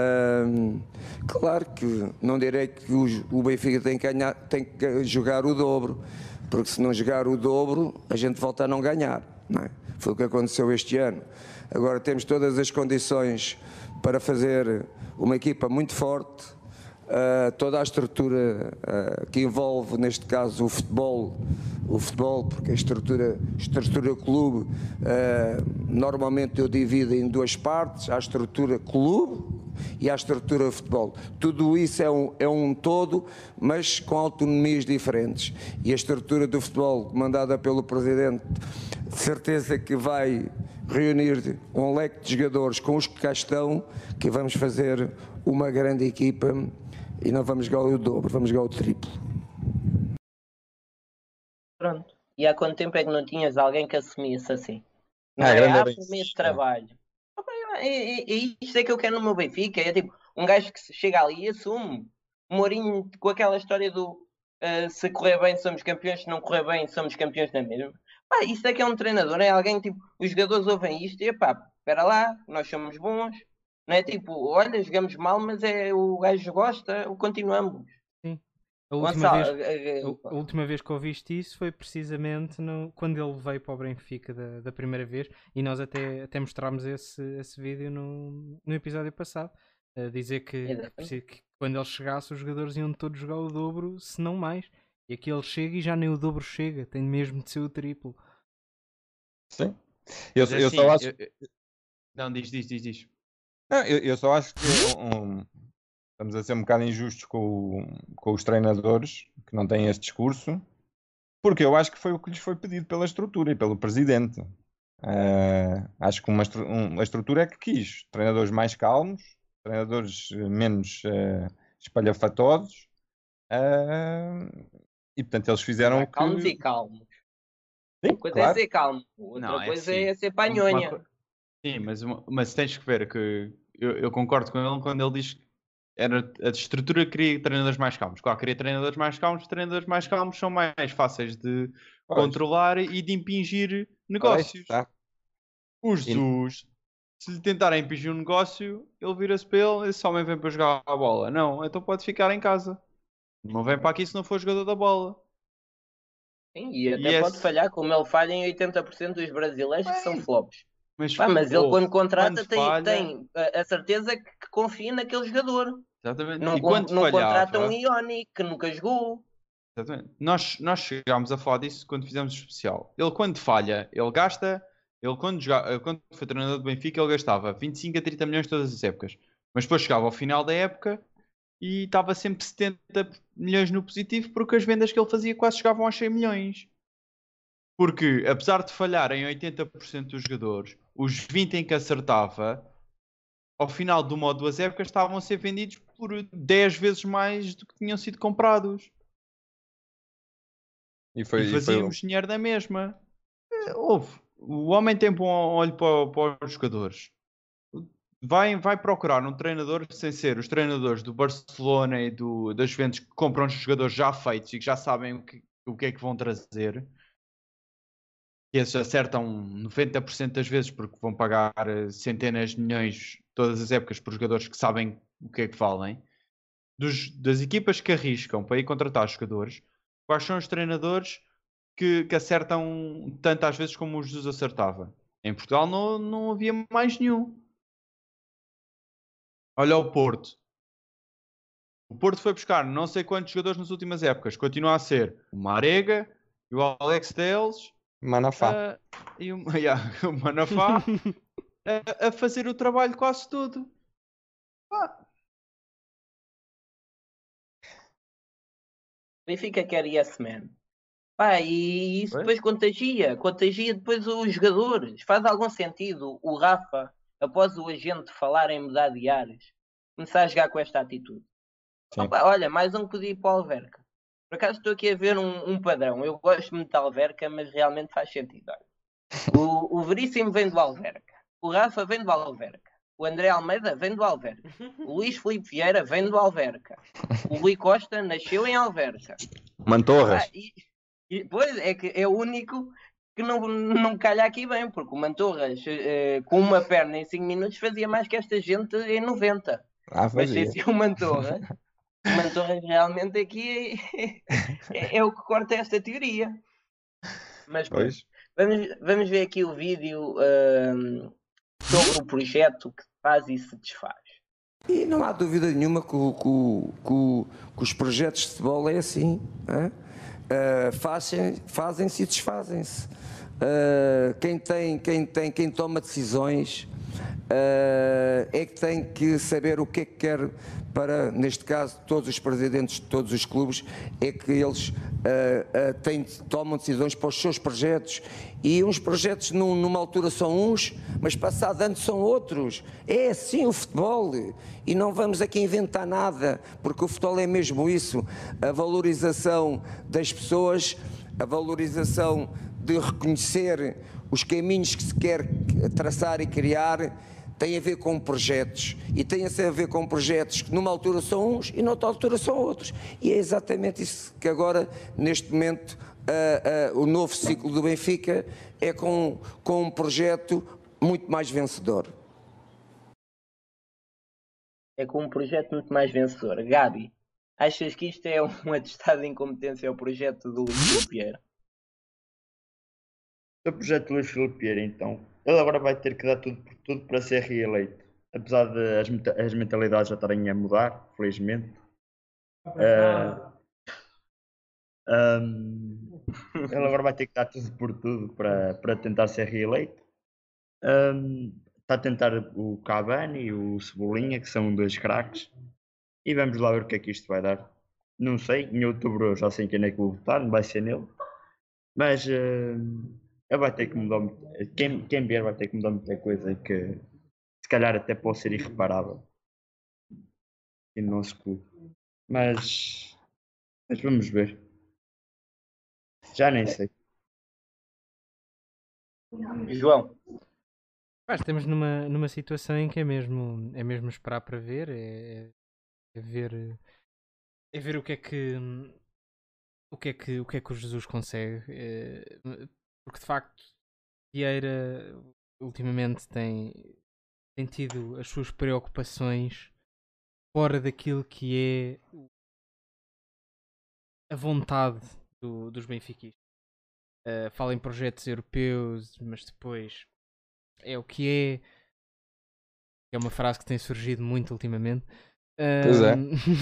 Speaker 6: claro que não direi que o Benfica tem que jogar o dobro, porque se não jogar o dobro, a gente volta a não ganhar, não é? Foi o que aconteceu este ano. Agora temos todas as condições para fazer uma equipa muito forte, toda a estrutura que envolve, neste caso, o futebol, porque a estrutura clube, normalmente eu divido em 2 partes, há a estrutura clube e há a estrutura futebol. Tudo isso é um todo, mas com autonomias diferentes. E a estrutura do futebol, comandada pelo Presidente, de certeza que vai reunir um leque de jogadores com os que cá estão, que vamos fazer uma grande equipa e não vamos jogar o dobro, vamos jogar o triplo.
Speaker 2: Pronto. E há quanto tempo é que não tinhas alguém que assumisse assim? Não há primeiro trabalho. É isto é que eu quero no meu Benfica. É tipo, um gajo que chega ali e assume. O Mourinho com aquela história do se correr bem somos campeões, se não correr bem somos campeões na mesma. Pá, isso é que é um treinador, é alguém tipo, os jogadores ouvem isto e pá, espera lá, nós somos bons. Não é tipo, olha, jogamos mal, mas o gajo gosta, continuamos.
Speaker 1: Sim. A última vez que ouviste isso foi precisamente quando ele veio para o Benfica da primeira vez, e nós até mostrámos esse vídeo no episódio passado, a dizer que quando ele chegasse os jogadores iam todos jogar o dobro, se não mais. E aqui ele chega e já nem o dobro chega, tem mesmo de ser o triplo.
Speaker 3: Sim. Eu só acho...
Speaker 4: Não, diz.
Speaker 3: Não, eu só acho que estamos a ser um bocado injustos com os treinadores que não têm esse discurso, porque eu acho que foi o que lhes foi pedido pela estrutura e pelo presidente. Acho que a estrutura é que quis treinadores mais calmos, treinadores menos espalhafatosos, e portanto eles fizeram o que...
Speaker 2: Calmos e calmos.
Speaker 3: Sim,
Speaker 2: uma coisa
Speaker 3: claro.
Speaker 2: é ser calmo, outra coisa é ser panhonha.
Speaker 4: Sim, mas tens que ver que eu concordo com ele quando ele diz que a estrutura queria treinadores mais calmos. Claro, queria treinadores mais calmos são mais fáceis de controlar e de impingir negócios. O Jesus, se lhe tentarem impingir um negócio, ele vira-se para ele, esse homem vem para jogar a bola. Não, então pode ficar em casa. Não vem para aqui se não for jogador da bola.
Speaker 2: Sim, e até pode falhar, como ele falha em 80% dos brasileiros que são flops. Mas ele quando contrata tem a certeza que confia naquele jogador.
Speaker 4: Exatamente.
Speaker 2: Não contrata um Ioni que nunca jogou.
Speaker 4: Exatamente. Nós chegámos a falar disso quando fizemos o especial. Ele quando falha, ele gasta. Ele quando foi treinador do Benfica, ele gastava 25 a 30 milhões todas as épocas. Mas depois chegava ao final da época e estava sempre 70 milhões no positivo, porque as vendas que ele fazia quase chegavam aos 100 milhões. Porque, apesar de falhar em 80% dos jogadores, os 20 em que acertava, ao final de uma ou 2 épocas, estavam a ser vendidos por 10 vezes mais do que tinham sido comprados. E fazíamos dinheiro da mesma. O homem tem bom olho para os jogadores. Vai procurar um treinador sem ser os treinadores do Barcelona e das Juventus que compram os jogadores já feitos e que já sabem o que é que vão trazer. E esses acertam 90% das vezes porque vão pagar centenas de milhões todas as épocas por jogadores que sabem o que é que valem. Das equipas que arriscam para ir contratar jogadores, quais são os treinadores que acertam tanto às vezes como o Jesus acertava? Em Portugal não havia mais nenhum. Olha o Porto. O Porto foi buscar não sei quantos jogadores nas últimas épocas. Continua a ser o Marega e o Alex Telles.
Speaker 3: Manafá.
Speaker 4: E o Manafá. a fazer o trabalho quase todo.
Speaker 2: Benfica quer yes man. Pá, e isso depois contagia depois os jogadores. Faz algum sentido o Rafa, após o agente falar em mudar de ares, começar a jogar com esta atitude? Opa, olha, mais um pedido para o Alverca. Por acaso estou aqui a ver um padrão. Eu gosto muito de Alverca, mas realmente faz sentido. O Veríssimo vem do Alverca. O Rafa vem do Alverca. O André Almeida vem do Alverca. O Luís Filipe Vieira vem do Alverca. O Rui Costa nasceu em Alverca.
Speaker 3: Mantorras.
Speaker 2: Pois, é que é o único que não calha aqui bem, porque o Mantorras, com uma perna em 5 minutos, fazia mais que esta gente em 90. Mas sem ser o Mantorras realmente aqui é o que corta esta teoria. Mas pois. Vamos ver aqui o vídeo sobre o projeto que faz e se desfaz.
Speaker 6: E não há dúvida nenhuma que os projetos de futebol é assim. Fazem-se e desfazem-se. Quem toma decisões é que tem que saber o que é que quer para, neste caso, todos os presidentes de todos os clubes, é que eles tomam decisões para os seus projetos, e uns projetos numa altura são uns, mas passado anos são outros. É assim o futebol, e não vamos aqui inventar nada, porque o futebol é mesmo isso, a valorização das pessoas, a valorização de reconhecer os caminhos que se quer traçar e criar, tem a ver com projetos, e tem a ver com projetos que numa altura são uns e noutra altura são outros, e é exatamente isso que agora, neste momento, o novo ciclo do Benfica é com um projeto muito mais vencedor.
Speaker 2: É com um projeto muito mais vencedor. Gabi, achas que isto é um atestado de incompetência ao projeto do Luís Filipe Vieira?
Speaker 5: O projeto do Luís Filipe Vieira, então, ele agora vai ter que dar tudo por tudo para ser reeleito. Apesar de as mentalidades já estarem a mudar, felizmente. Ele agora vai ter que dar tudo por tudo para tentar ser reeleito. Está a tentar o Cavani e o Cebolinha, que são 2 craques. E vamos lá ver o que é que isto vai dar. Não sei, em outubro eu já sei quem é que vou votar, não vai ser nele. Mas ele vai ter que mudar, quem vier vai ter que mudar muita coisa que se calhar até pode ser irreparável no nosso clube. Mas vamos ver. Já nem sei.
Speaker 2: João.
Speaker 1: Estamos numa situação em que é mesmo esperar para ver, é ver o que é que o Jesus consegue, porque de facto Vieira ultimamente tem tido as suas preocupações fora daquilo que é a vontade dos benfiquistas. Fala em projetos europeus, mas depois é o que é uma frase que tem surgido muito ultimamente.
Speaker 3: Pois é.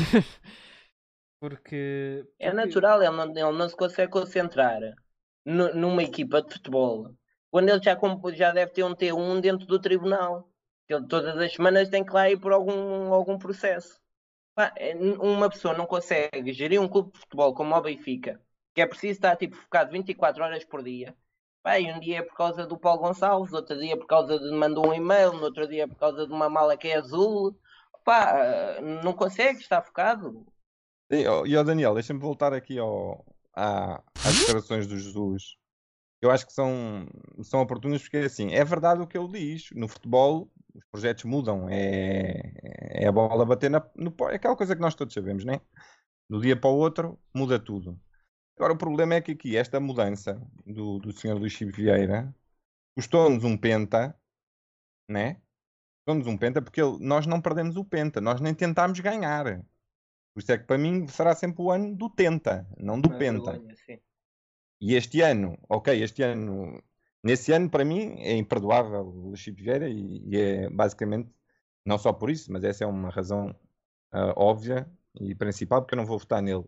Speaker 2: Porque é natural, ele não se consegue concentrar numa equipa de futebol quando ele já deve ter um T1 dentro do tribunal. Ele todas as semanas tem que lá ir por algum processo. Uma pessoa não consegue gerir um clube de futebol como o Benfica, que é preciso estar focado 24 horas por dia. Um dia é por causa do Paulo Gonçalves, outro dia é por causa de mandou um e-mail, no outro dia é por causa de uma mala que é azul. Não consegue estar focado.
Speaker 3: E Daniel, deixa-me voltar aqui às declarações do Jesus. Eu acho que são oportunas, porque assim, é verdade o que ele diz. No futebol, os projetos mudam. É a bola bater no pó. É aquela coisa que nós todos sabemos, né? Do dia para o outro, muda tudo. Agora, o problema é que aqui, esta mudança do Sr. Luís Filipe Vieira custou-nos um penta, né? Custou-nos um penta porque nós não perdemos o penta. Nós nem tentámos ganhar. Por isso é que para mim será sempre o ano do tenta, não do penta. E este ano, nesse ano para mim é imperdoável o Luís Filipe Vieira e é basicamente, não só por isso, mas essa é uma razão óbvia e principal porque eu não vou votar nele.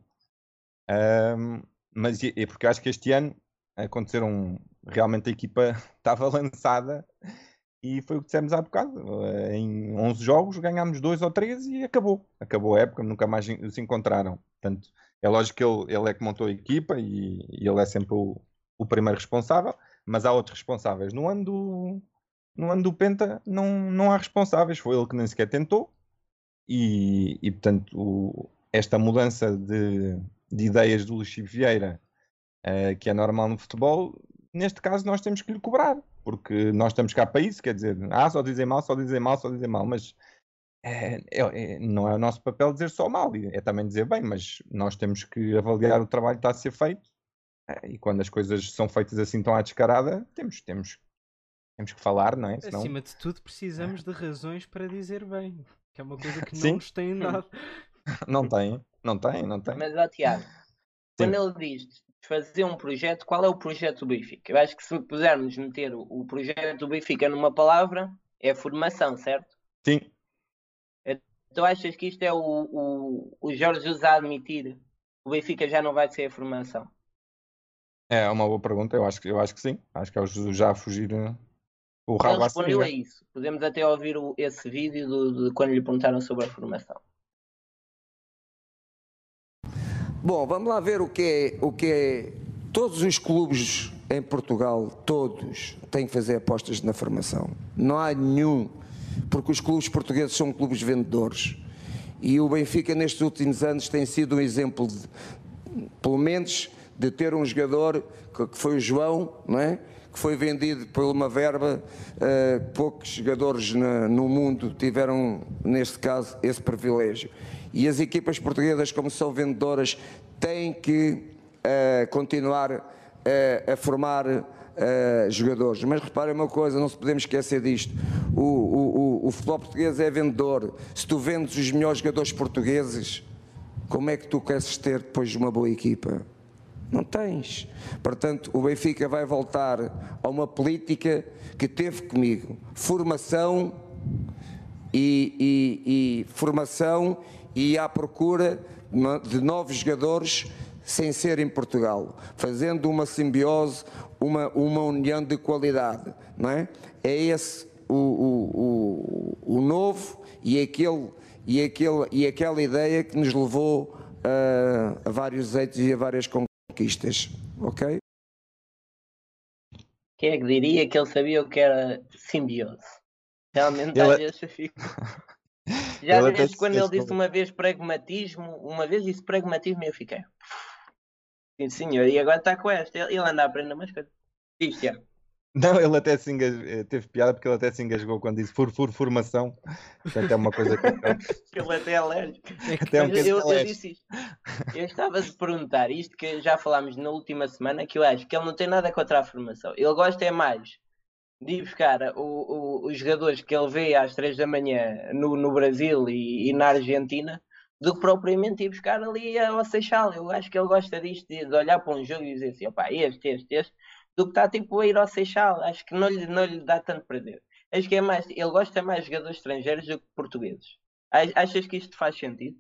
Speaker 3: Mas é porque acho que este ano aconteceram, realmente a equipa estava lançada E foi o que dissemos há bocado. Em 11 jogos ganhámos 2 ou 3 e acabou. Acabou a época, nunca mais se encontraram. Portanto, é lógico que ele é que montou a equipa e ele é sempre o primeiro responsável, mas há outros responsáveis. No ano do Penta não há responsáveis, foi ele que nem sequer tentou. E portanto, esta mudança de ideias do Luís Vieira, que é normal no futebol, neste caso nós temos que lhe cobrar, porque nós estamos cá para isso, quer dizer, só dizem mal, só dizem mal, só dizem mal, mas não é o nosso papel dizer só mal, é também dizer bem, mas nós temos que avaliar o trabalho que está a ser feito, e quando as coisas são feitas assim tão à descarada, temos que falar, não é? Senão...
Speaker 1: Acima de tudo precisamos de razões para dizer bem, que é uma coisa que
Speaker 3: Sim.
Speaker 1: não nos têm dado.
Speaker 3: Não tem.
Speaker 2: Mas, Tiago, quando ele diz fazer um projeto, qual é o projeto do Benfica? Eu acho que se pudermos meter o projeto do Benfica numa palavra, é formação, certo?
Speaker 3: Sim.
Speaker 2: Então achas que isto é o Jorge Jesus a admitir que o Benfica já não vai ser a formação?
Speaker 3: É uma boa pergunta, eu acho que sim. Acho que é o Jesus já a fugir o rabo.
Speaker 2: Ele respondeu a isso. Podemos até ouvir esse vídeo de quando lhe perguntaram sobre a formação.
Speaker 6: Bom, vamos lá ver o que é. Todos os clubes em Portugal, todos, têm que fazer apostas na formação. Não há nenhum, porque os clubes portugueses são clubes vendedores. E o Benfica, nestes últimos anos, tem sido um exemplo, pelo menos, de ter um jogador, que foi o João, não é? Que foi vendido por uma verba. Poucos jogadores no mundo tiveram, neste caso, esse privilégio. E as equipas portuguesas, como são vendedoras, têm que continuar a formar jogadores. Mas reparem uma coisa, não se podemos esquecer disto. O futebol português é vendedor. Se tu vendes os melhores jogadores portugueses, como é que tu queres ter depois uma boa equipa? Não tens. Portanto, o Benfica vai voltar a uma política que teve comigo. Formação e à procura de novos jogadores sem ser em Portugal, fazendo uma simbiose, uma união de qualidade, não é? É esse o novo e aquela ideia que nos levou a vários êxitos e a várias conquistas, ok?
Speaker 2: Quem é que diria que ele sabia o que era simbiose? Realmente às vezes eu fico... Já desde quando ele disse uma vez pragmatismo e eu fiquei... Sim, senhor, e agora está com esta. Ele anda a aprender umas coisas. Diz, Tiago.
Speaker 3: Não, ele até se teve piada porque ele até se engasgou quando disse formação. Portanto, é uma coisa que
Speaker 2: ele até é alérgico.
Speaker 3: Eu
Speaker 2: disse isto. Eu estava a perguntar isto que já falámos na última semana, que eu acho que ele não tem nada contra a formação. Ele gosta mais de ir buscar os jogadores que ele vê às 3 da manhã no Brasil e na Argentina, do que propriamente ir buscar ali ao Seixal. Eu acho que ele gosta disto, de olhar para um jogo e dizer assim, opá, este, do que está tipo a ir ao Seixal. Acho que não lhe dá tanto prazer. Acho que ele gosta mais de jogadores estrangeiros do que portugueses. Achas que isto faz sentido?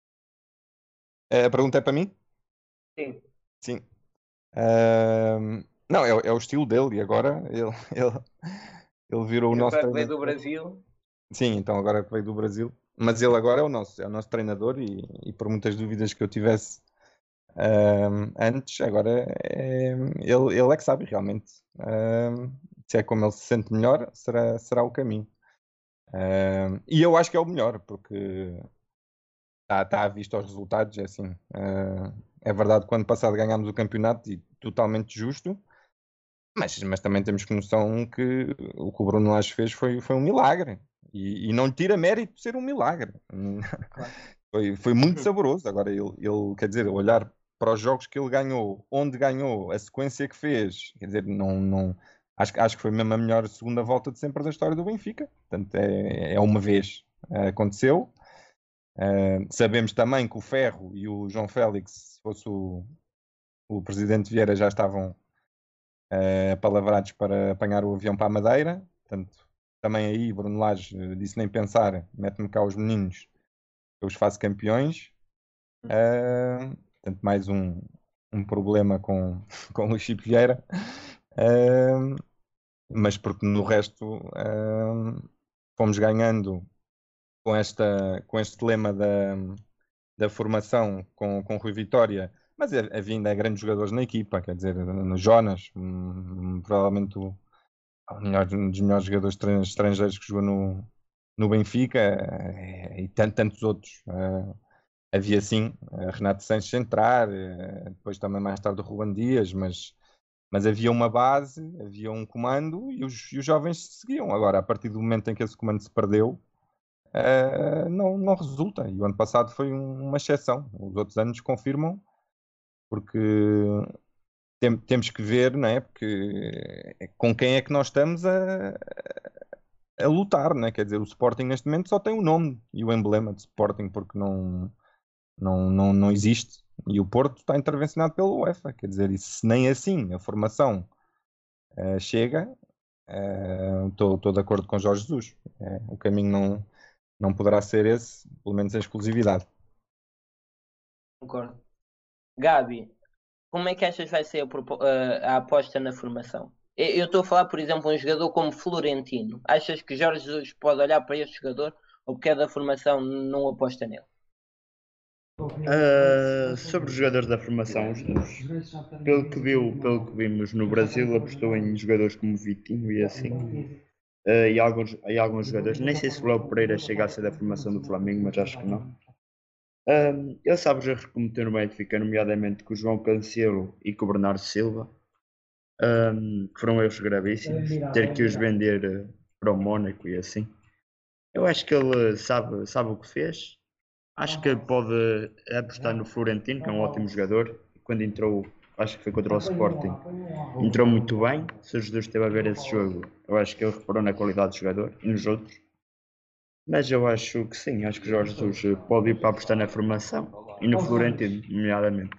Speaker 3: A pergunta é para mim?
Speaker 2: Sim.
Speaker 3: Não, é o estilo dele e agora ele virou o nosso treinador.
Speaker 2: Veio do Brasil.
Speaker 3: Sim, então agora que veio do Brasil. Mas ele agora é o nosso treinador e por muitas dúvidas que eu tivesse antes, agora ele é que sabe realmente. Se é como ele se sente melhor, será o caminho. E eu acho que é o melhor, porque está à vista os resultados, é assim. É verdade que o ano passado ganhámos o campeonato e totalmente justo, mas também temos que noção que o que o Bruno Lage fez foi um milagre. E não lhe tira mérito de ser um milagre. Claro. Foi muito saboroso. Agora, ele quer dizer, olhar para os jogos que ele ganhou, onde ganhou, a sequência que fez, quer dizer, acho que foi mesmo a melhor segunda volta de sempre da história do Benfica. Portanto, é uma vez aconteceu. Sabemos também que o Ferro e o João Félix, se fosse o presidente Vieira, já estavam apalavrados para apanhar o avião para a Madeira. Portanto, também aí Bruno Lage disse nem pensar, mete-me cá os meninos, eu os faço campeões. Portanto, mais um problema com o Luís Vieira. mas porque no resto fomos ganhando com este lema da formação com Rui Vitória, mas havia ainda grandes jogadores na equipa, quer dizer, no Jonas, provavelmente um dos melhores jogadores estrangeiros que jogou no Benfica, e tantos outros. Havia sim Renato Sanches entrar, depois também mais tarde o Ruben Dias, mas havia uma base, havia um comando e os jovens seguiam. Agora, a partir do momento em que esse comando se perdeu, não resulta. E o ano passado foi uma exceção. Os outros anos confirmam, porque temos que ver, não é? Porque com quem é que nós estamos a lutar, não é? Quer dizer, o Sporting neste momento só tem o nome e o emblema de Sporting, porque não existe. E o Porto está intervencionado pela UEFA, quer dizer, e se nem assim a formação chega, estou de acordo com Jorge Jesus. O caminho não poderá ser esse, pelo menos em exclusividade.
Speaker 2: Concordo. Gabi, como é que achas que vai ser a aposta na formação? Eu estou a falar, por exemplo, um jogador como Florentino. Achas que Jorge Jesus pode olhar para este jogador ou porque é da formação não aposta nele?
Speaker 5: Sobre os jogadores da formação, pelo que vimos no Brasil, apostou em jogadores como Vitinho e assim. E alguns jogadores, nem sei se o Léo Pereira chega a ser da formação do Flamengo, mas acho que não. Ele sabe os erros que cometeu no Benfica, nomeadamente com o João Cancelo e com o Bernardo Silva, que foram erros gravíssimos, ter que os vender para o Mónaco e assim. Eu acho que ele sabe o que fez. Acho que pode apostar no Florentino, que é um ótimo jogador. Quando entrou, acho que foi contra o Sporting, entrou muito bem. Se o Jesus esteve a ver esse jogo, eu acho que ele reparou na qualidade do jogador e nos outros. Mas eu acho que sim, acho que Jorge Jesus pode ir para apostar na formação e no Florentino, nomeadamente.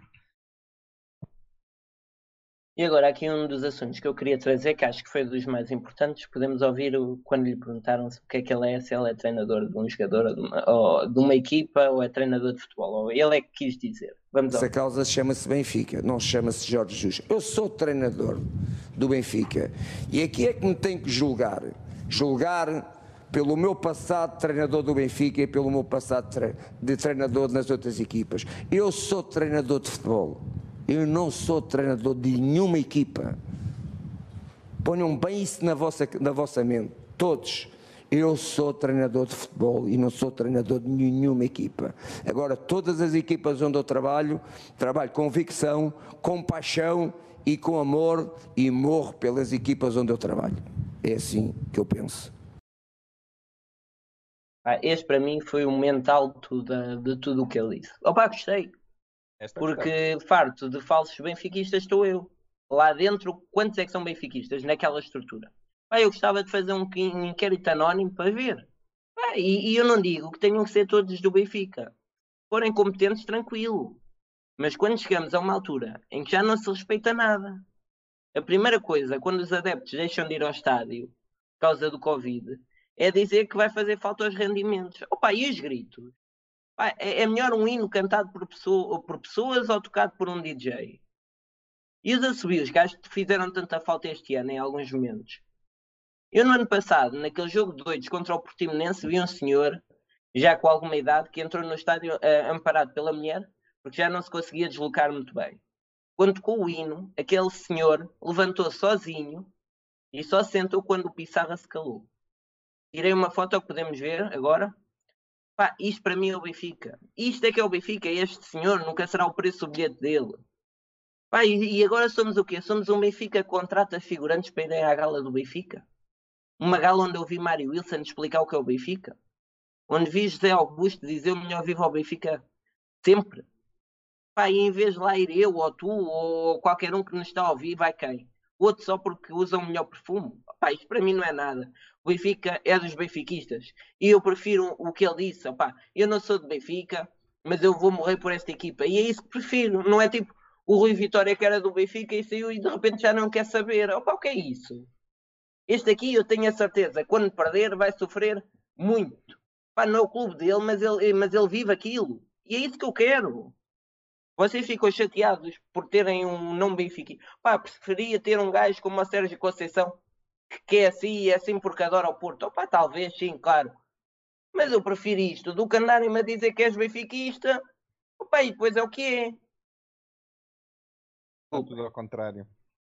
Speaker 2: E agora aqui um dos assuntos que eu queria trazer, que acho que foi dos mais importantes, podemos ouvir quando lhe perguntaram o que é que ele é, se ele é treinador de um jogador ou de uma equipa ou é treinador de futebol, ou ele é que quis dizer. Vamos
Speaker 6: Essa causa chama-se Benfica, não chama-se Jorge Jesus. Eu sou treinador do Benfica e aqui é que me tenho que julgar pelo meu passado de treinador do Benfica e pelo meu passado de treinador nas outras equipas. Eu sou treinador de futebol. Eu não sou treinador de nenhuma equipa. Ponham bem isso na vossa mente, todos. Eu sou treinador de futebol e não sou treinador de nenhuma equipa. Agora, todas as equipas onde eu trabalho com convicção, com paixão e com amor e morro pelas equipas onde eu trabalho. É assim que eu penso.
Speaker 2: Este para mim foi o momento alto de tudo o que ele disse. Opa, gostei. Porque farto de falsos benfiquistas estou eu. Lá dentro, quantos é que são benfiquistas naquela estrutura? Eu gostava de fazer um inquérito anónimo para ver. E eu não digo que tenham que ser todos do Benfica. Se forem competentes, tranquilo. Mas quando chegamos a uma altura em que já não se respeita nada, a primeira coisa, quando os adeptos deixam de ir ao estádio por causa do Covid, é dizer que vai fazer falta aos rendimentos. E os gritos? É melhor um hino cantado por pessoas ou tocado por um DJ? E os assobios que acho que fizeram tanta falta este ano em alguns momentos. Eu no ano passado, naquele jogo de doidos contra o Portimonense, vi um senhor, já com alguma idade, que entrou no estádio amparado pela mulher, porque já não se conseguia deslocar muito bem. Quando tocou o hino, aquele senhor levantou sozinho e só se sentou quando o Pissarra se calou. Tirei uma foto que podemos ver agora. Isto para mim é o Benfica. Isto é que é o Benfica. Este senhor nunca será o preço do bilhete dele. E agora somos o quê? Somos um Benfica que contrata figurantes para irem à gala do Benfica. Uma gala onde eu vi Mário Wilson explicar o que é o Benfica. Onde vi José Augusto dizer o melhor vivo ao Benfica sempre. E em vez de lá ir eu ou tu ou qualquer um que nos está a ouvir, vai quem? Outro só porque usa o melhor perfume. Isto para mim não é nada. O Benfica é dos benfiquistas. E eu prefiro o que ele disse. Eu não sou de Benfica, mas eu vou morrer por esta equipa. E é isso que prefiro. Não é tipo o Rui Vitória que era do Benfica e saiu e de repente já não quer saber. O que é isso? Este aqui eu tenho a certeza, quando perder vai sofrer muito. Não é o clube dele, mas ele vive aquilo. E é isso que eu quero. Vocês ficam chateados por terem um não Benfica. Preferia ter um gajo como o Sérgio Conceição que é assim porque adora o Porto. Opa, talvez, sim, claro. Mas eu prefiro isto do que andarem-me a dizer que és benfiquista. Opa, e depois é o que é.
Speaker 3: Está tudo ao contrário.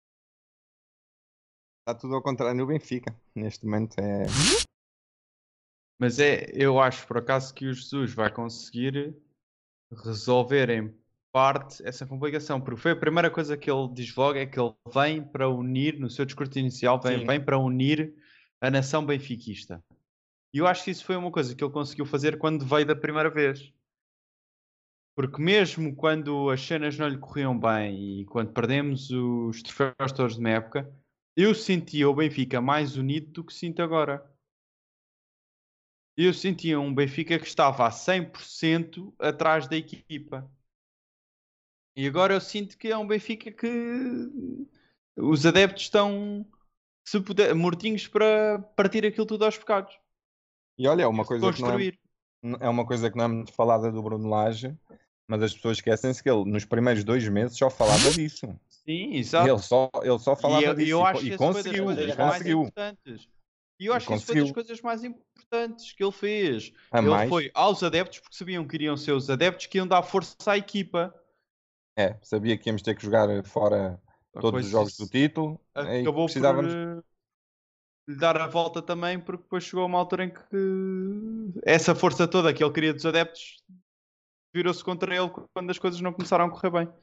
Speaker 3: Está tudo ao contrário no Benfica. Neste momento é...
Speaker 4: Mas eu acho por acaso que o Jesus vai conseguir resolver em parte essa complicação, porque foi a primeira coisa que ele diz logo, é que ele vem para unir, no seu discurso inicial, vem para unir a nação benfiquista. E eu acho que isso foi uma coisa que ele conseguiu fazer quando veio da primeira vez. Porque mesmo quando as cenas não lhe corriam bem e quando perdemos os troféus todos de uma época, eu sentia o Benfica mais unido do que sinto agora. Eu sentia um Benfica que estava a 100% atrás da equipa. E agora eu sinto que é um Benfica que os adeptos estão, se puder, mortinhos para partir aquilo tudo aos bocados.
Speaker 3: E olha, é uma coisa que não é muito falada do Bruno Lage, mas as pessoas esquecem-se que ele nos primeiros 2 meses só falava disso.
Speaker 4: Sim, exato.
Speaker 3: Ele só falava disso
Speaker 4: eu acho
Speaker 3: e
Speaker 4: que
Speaker 3: conseguiu.
Speaker 4: E eu acho que isso foi das coisas mais importantes que ele fez. Ele foi aos adeptos, porque sabiam que iriam ser os adeptos que iam dar força à equipa.
Speaker 3: Sabia que íamos ter que jogar fora todos os jogos do título.
Speaker 4: Acabou precisávamos... por lhe dar a volta também, porque depois chegou uma altura em que essa força toda que ele queria dos adeptos virou-se contra ele quando as coisas não começaram a correr bem.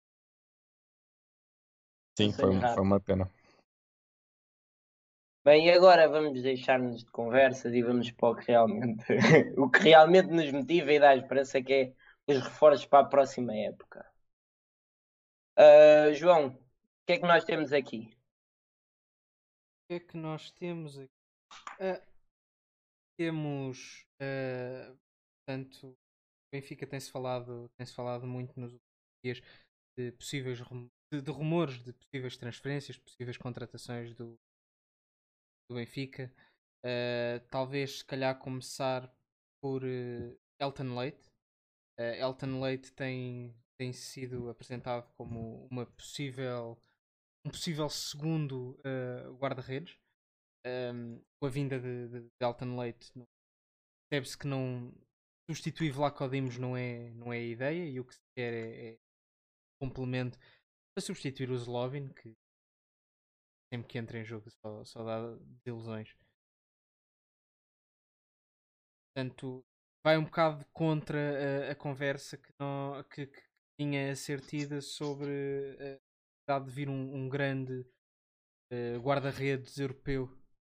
Speaker 3: Sim, foi uma pena.
Speaker 2: Bem, e agora vamos deixar-nos de conversas e vamos para o que realmente nos motiva e dá a esperança, que é os reforços para a próxima época. João, o que é que nós temos aqui?
Speaker 1: O que é que nós temos aqui? Temos, portanto, o Benfica tem-se falado muito nos últimos dias de possíveis de rumores de possíveis transferências, possíveis contratações do Benfica. Talvez, se calhar, começar por Elton Leite. Elton Leite tem sido apresentado como um possível segundo guarda-redes. Com a vinda de Elton Leite, percebe-se que não substituir Vlaco Dimos não é a ideia, e o que se quer é complemento para substituir o Zlovin, que sempre que entra em jogo só dá desilusões. Portanto, vai um bocado contra a conversa que tinha a ser tida sobre a necessidade de vir um grande guarda-redes europeu.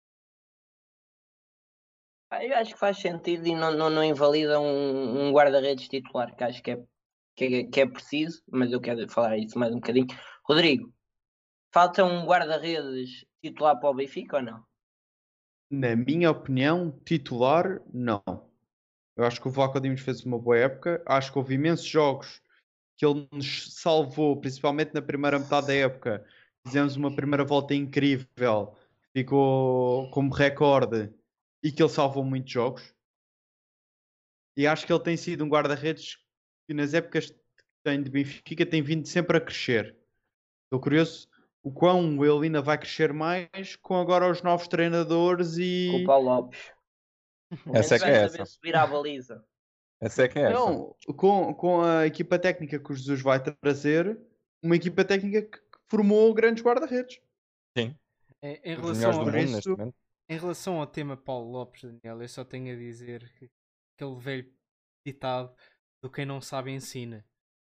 Speaker 2: Eu acho que faz sentido e não invalida um guarda-redes titular, que acho que é preciso, mas eu quero falar isso mais um bocadinho. Rodrigo, falta um guarda-redes titular para o Benfica ou não?
Speaker 4: Na minha opinião, titular, não. Eu acho que o Vlaco Dimos fez uma boa época. Acho que houve imensos jogos que ele nos salvou, principalmente na primeira metade da época. Fizemos uma primeira volta incrível, ficou como recorde, e que ele salvou muitos jogos. E acho que ele tem sido um guarda-redes que nas épocas que tem de Benfica tem vindo sempre a crescer. Estou curioso o quão ele ainda vai crescer mais com agora os novos treinadores e...
Speaker 2: Com o Paulo Lopes.
Speaker 3: Essa é que é essa.
Speaker 2: Subir à baliza.
Speaker 3: Essa é que é essa.
Speaker 4: Não, com a equipa técnica que o Jesus vai trazer, uma equipa técnica que formou grandes guarda-redes.
Speaker 3: Sim.
Speaker 1: Em relação ao tema Paulo Lopes, Daniel, eu só tenho a dizer que aquele velho ditado do quem não sabe ensina.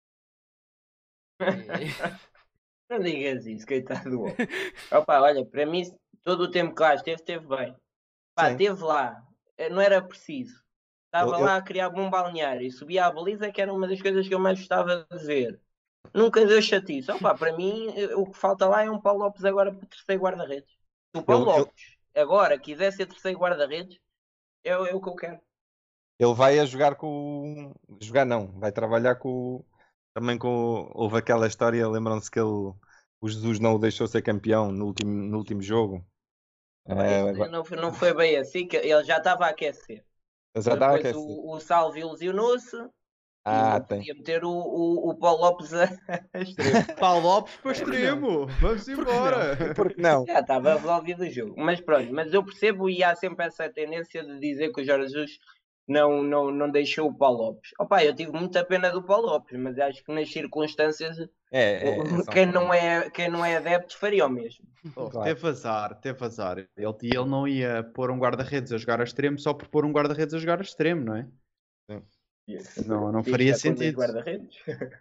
Speaker 2: Não digas isso, coitado do homem. Opa, olha, para mim, todo o tempo que lá esteve bem. Esteve lá, não era preciso. Estava lá a criar bom balneário e subia à baliza, que era uma das coisas que eu mais gostava de ver. Nunca deu chatice. Opa, para mim, o que falta lá é um Paulo Lopes agora para o terceiro guarda-redes. Se o Paulo Lopes agora quiser ser terceiro guarda-redes, é o que eu quero.
Speaker 3: Ele vai jogar com... Jogar não, vai trabalhar também com... Houve aquela história, lembram-se que o Jesus não o deixou ser campeão no último jogo.
Speaker 2: Não foi bem assim, que ele já estava a aquecer. O Salve ilusionou-se Podia meter o Paulo Lopes a extremo.
Speaker 4: Paulo Lopes para extremo. Vamos embora.
Speaker 3: Porque não?
Speaker 2: Já estava resolvido o jogo. Mas pronto, mas eu percebo e há sempre essa tendência de dizer que o Jorge Jesus não deixou o Paulo Lopes. Opa, eu tive muita pena do Paulo Lopes, mas acho que nas circunstâncias quem não é adepto faria o mesmo.
Speaker 4: Claro. Teve azar. Ele não ia pôr um guarda-redes a jogar a extremo só por pôr um guarda-redes a jogar a extremo, não é?
Speaker 3: Sim.
Speaker 4: Não faria sentido.
Speaker 2: Guarda-redes.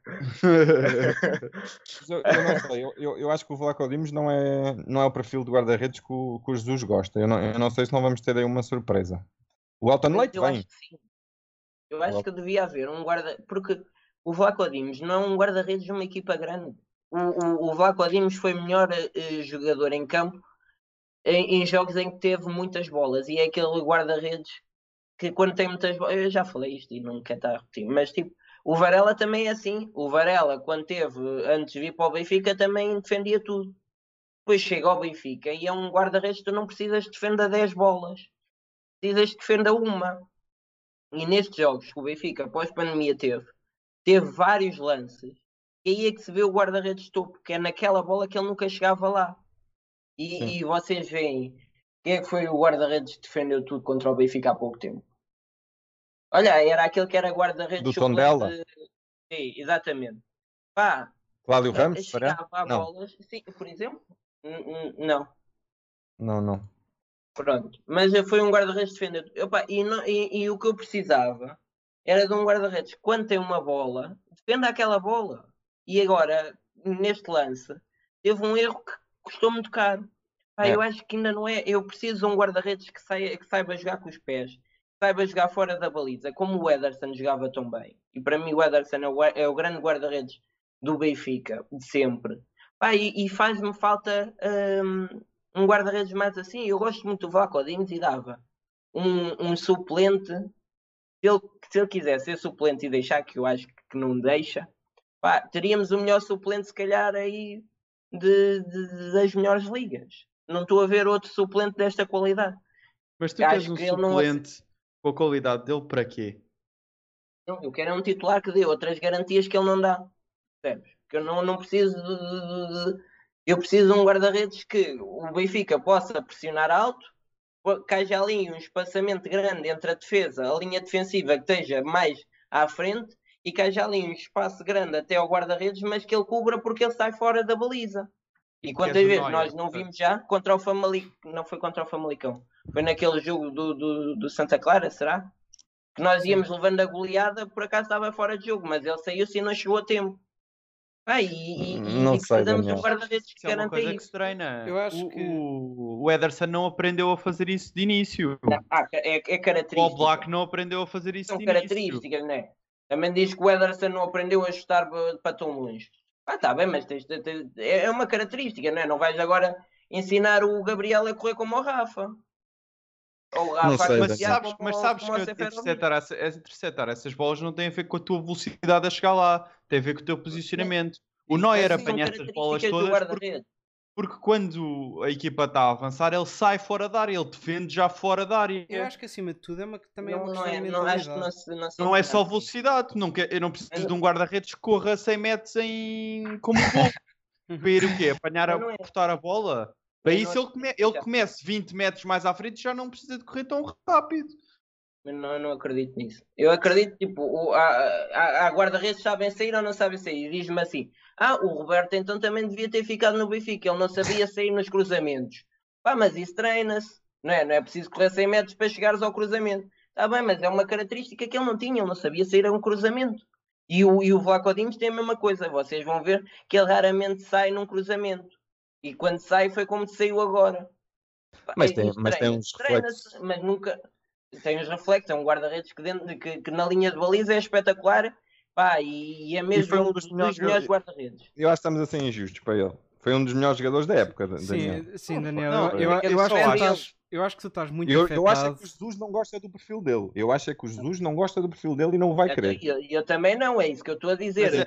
Speaker 3: eu não sei, eu acho que o Vlaco Dimos não é o perfil de guarda-redes que o Jesus gosta. Eu não sei se não vamos ter aí uma surpresa. O Elton Leite vem.
Speaker 2: Acho que sim. Eu acho que devia haver um guarda... Porque o Vlaco Dimos não é um guarda-redes de uma equipa grande. O Vlaco Dimos foi melhor jogador em campo em jogos em que teve muitas bolas. E é aquele guarda-redes que quando tem muitas bolas... Eu já falei isto e não quero estar a repetir. Mas tipo, o Varela também é assim. O Varela, quando teve antes de vir para o Benfica, também defendia tudo. Depois chega ao Benfica e é um guarda-redes que tu não precisas de defender 10 bolas. Precisas de defender uma. E nestes jogos que o Benfica, pós-pandemia, teve vários lances. E aí é que se vê o guarda-redes topo, porque é naquela bola que ele nunca chegava lá. E vocês veem quem é que foi o guarda-redes que defendeu tudo contra o Benfica há pouco tempo. Olha, era aquele que era guarda-redes
Speaker 3: do Tondela.
Speaker 2: Sim, exatamente. Pá,
Speaker 3: Cláudio Ramos,
Speaker 2: chegava a bolas. Sim, por exemplo? Não.
Speaker 3: Não.
Speaker 2: Pronto, mas foi um guarda-redes defendedor. E o que eu precisava era de um guarda-redes que, quando tem uma bola, defenda aquela bola. E agora, neste lance, teve um erro que custou muito caro. Eu acho que ainda não é. Eu preciso de um guarda-redes que saiba jogar com os pés, que saiba jogar fora da baliza, como o Ederson jogava tão bem. E para mim, o Ederson é o grande guarda-redes do Benfica, de sempre. E faz-me falta. Um guarda-redes mais assim. Eu gosto muito do Vlaco Dimos e dava um suplente. Se ele quiser ser suplente e deixar, que eu acho que não deixa, teríamos o melhor suplente, se calhar, aí das melhores ligas. Não estou a ver outro suplente desta qualidade.
Speaker 4: Mas tu tens um suplente com a qualidade dele para quê?
Speaker 2: Não, eu quero um titular que dê outras garantias que ele não dá. Percebes? Que eu não preciso Eu preciso de um guarda-redes que o Benfica possa pressionar alto, que haja ali um espaçamento grande entre a defesa, a linha defensiva que esteja mais à frente e que haja ali um espaço grande até ao guarda-redes, mas que ele cubra porque ele sai fora da baliza. E quantas vezes nós não vimos já contra o Famalicão, não foi contra o Famalicão, foi naquele jogo do Santa Clara, será? Que nós íamos levando a goleada, por acaso estava fora de jogo, mas ele saiu-se e não chegou a tempo.
Speaker 3: Não sei, Daniel.
Speaker 2: Um guarda-redes que garante isso.
Speaker 4: Que se treina.
Speaker 1: Eu acho que
Speaker 4: o Ederson não aprendeu a fazer isso de início.
Speaker 2: É característica.
Speaker 4: O Oblak não aprendeu a fazer isso de início.
Speaker 2: São características, não é? Também diz que o Ederson não aprendeu a chutar para tão longe. Está bem, mas é uma característica, não é? Não vais agora ensinar o Gabriel a correr como o Rafa. Ou o Rafa
Speaker 4: mas sabes que interceptar essas bolas não tem a ver com a tua velocidade a chegar lá. Tem a ver com o teu posicionamento. O Neuer apanha essas bolas todas porque quando a equipa está a avançar, ele sai fora da área, ele defende já fora da área.
Speaker 1: Eu acho que acima de tudo também
Speaker 2: não,
Speaker 1: é uma questão de
Speaker 2: mentalidade.
Speaker 4: Não é só velocidade. Eu não preciso de um guarda-redes que corra 100 metros como gol. Para ir o quê? Cortar a bola? Para isso ele comece 20 metros mais à frente e já não precisa de correr tão rápido.
Speaker 2: Não acredito nisso. Eu acredito, há guarda-redes que sabem sair ou não sabem sair. Diz-me assim, o Roberto então também devia ter ficado no Benfica. Ele não sabia sair nos cruzamentos. Mas isso treina-se. Não é preciso correr 100 metros para chegares ao cruzamento. Está bem, mas é uma característica que ele não tinha. Ele não sabia sair a um cruzamento. E o Vlaco Dimos tem a mesma coisa. Vocês vão ver que ele raramente sai num cruzamento. E quando sai foi como saiu agora.
Speaker 3: Mas tem uns reflexos.
Speaker 2: Mas nunca... Tem uns reflexos, é um guarda-redes que na linha de baliza é espetacular, e é mesmo um dos melhores guarda-redes.
Speaker 3: Eu acho que estamos a ser injustos para ele. Foi um dos melhores jogadores da época, Daniel.
Speaker 1: Sim, Daniel. Eu acho que tu estás muito afetado.
Speaker 3: Eu acho é que o Jesus não gosta do perfil dele. Eu acho é que o Jesus não gosta do perfil dele e não o vai querer.
Speaker 2: Eu também não, é isso que eu estou a dizer.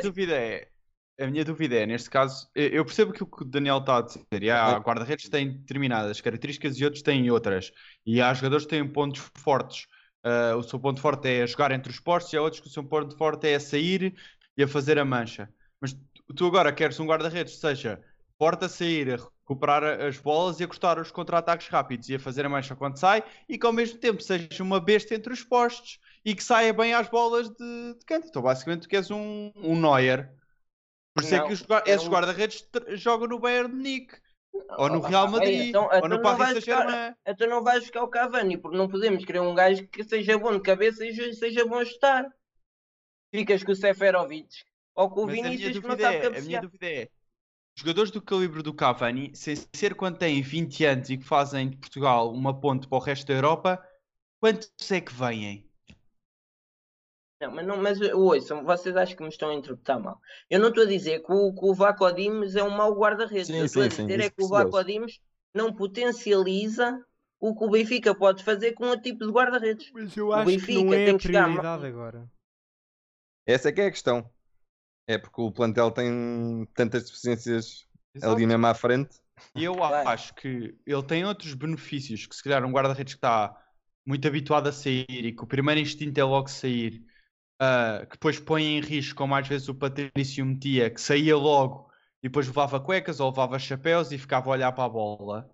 Speaker 4: A minha dúvida é, neste caso, eu percebo que o que o Daniel está a dizer. Guarda-redes têm determinadas características e outros têm outras. E há jogadores que têm pontos fortes. o seu ponto forte é jogar entre os postos, e há outros que o seu ponto forte é a sair e a fazer a mancha. Mas tu agora queres um guarda-redes que seja forte a sair, a recuperar as bolas e a cortar os contra-ataques rápidos e a fazer a mancha quando sai, e que ao mesmo tempo seja uma besta entre os postos e que saia bem às bolas de canto. Então basicamente tu queres um Neuer. Por isso é que esses guarda-redes jogam no Bayern de Munique. Ou no Real Madrid, ou no Paris Saint-Germain.
Speaker 2: Então não vais buscar o Cavani, porque não podemos querer um gajo que seja bom de cabeça e seja bom a chutar. Ficas com o Seferovic ou com o Vinícius que não sabe cabecear.
Speaker 4: A minha dúvida é, jogadores do calibre do Cavani, sem ser quando têm 20 anos e que fazem de Portugal uma ponte para o resto da Europa, quantos é que vêm?
Speaker 2: Não, mas ouçam, vocês acham que me estão a interpretar mal. Eu não estou a dizer que o Vlaco Dimos é um mau guarda-redes. Eu estou a dizer é que o Vlaco Dimos não potencializa o que o Benfica pode fazer com um tipo de guarda-redes.
Speaker 1: Mas eu acho que não é a prioridade agora.
Speaker 3: Essa é que é a questão. É porque o plantel tem tantas deficiências ali mesmo à frente.
Speaker 4: E eu acho que ele tem outros benefícios, que se calhar um guarda-redes que está muito habituado a sair e que o primeiro instinto é logo sair, que depois põe em risco, como às vezes o Patrício metia, que saía logo e depois levava cuecas ou levava chapéus e ficava a olhar para a bola.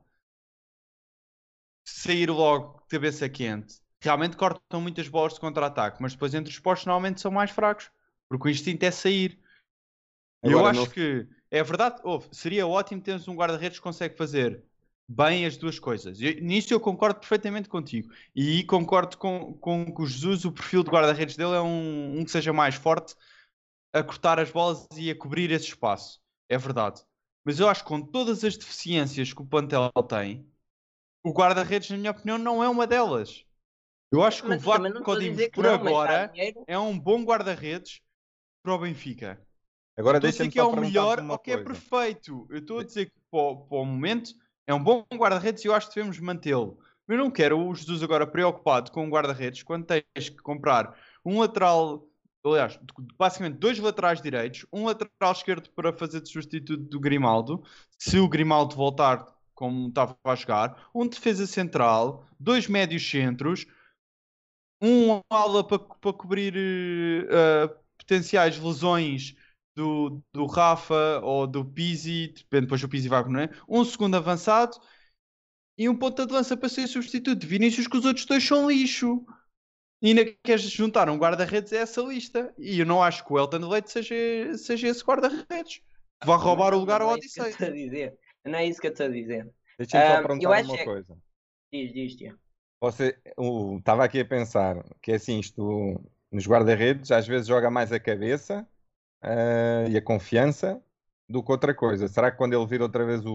Speaker 4: Sair logo de cabeça quente. Realmente cortam muitas bolas de contra-ataque, mas depois entre os postos normalmente são mais fracos, porque o instinto é sair. E eu acho que, é verdade, seria ótimo termos um guarda-redes que consegue fazer bem as duas coisas. Nisso eu concordo perfeitamente contigo. E concordo com o Jesus, o perfil de guarda-redes dele é um que seja mais forte a cortar as bolas e a cobrir esse espaço. É verdade. Mas eu acho que com todas as deficiências que o plantel tem, o guarda-redes, na minha opinião, não é uma delas. Eu acho que o Vlaco Dimos, por agora, é um bom guarda-redes para o Benfica.
Speaker 3: Agora
Speaker 4: estou a dizer que é o melhor ou que é perfeito. Eu estou a dizer que para o momento é um bom guarda-redes e eu acho que devemos mantê-lo. Eu não quero o Jesus agora preocupado com um guarda-redes quando tens que comprar um lateral, aliás, basicamente 2 laterais direitos, um lateral esquerdo para fazer de substituto do Grimaldo, se o Grimaldo voltar como estava a jogar, um defesa central, 2 médios centros, um ala para cobrir potenciais lesões do Rafa ou do Pizzi, depende, depois o Pizzi vai, não é? Um segundo avançado e um ponta de lança para ser substituto de Vinícius, que os outros dois são lixo. E ainda queres juntar um guarda-redes a essa lista. E eu não acho que o Elton Leite seja esse guarda-redes. Vai roubar o lugar ao Odissei.
Speaker 2: Não é isso que eu estou a dizer.
Speaker 3: Deixa-me só perguntar uma coisa.
Speaker 2: Diz, Tia.
Speaker 3: Você estava aqui a pensar que assim, isto nos guarda-redes às vezes joga mais a cabeça e a confiança do que outra coisa. Será que quando ele vir outra vez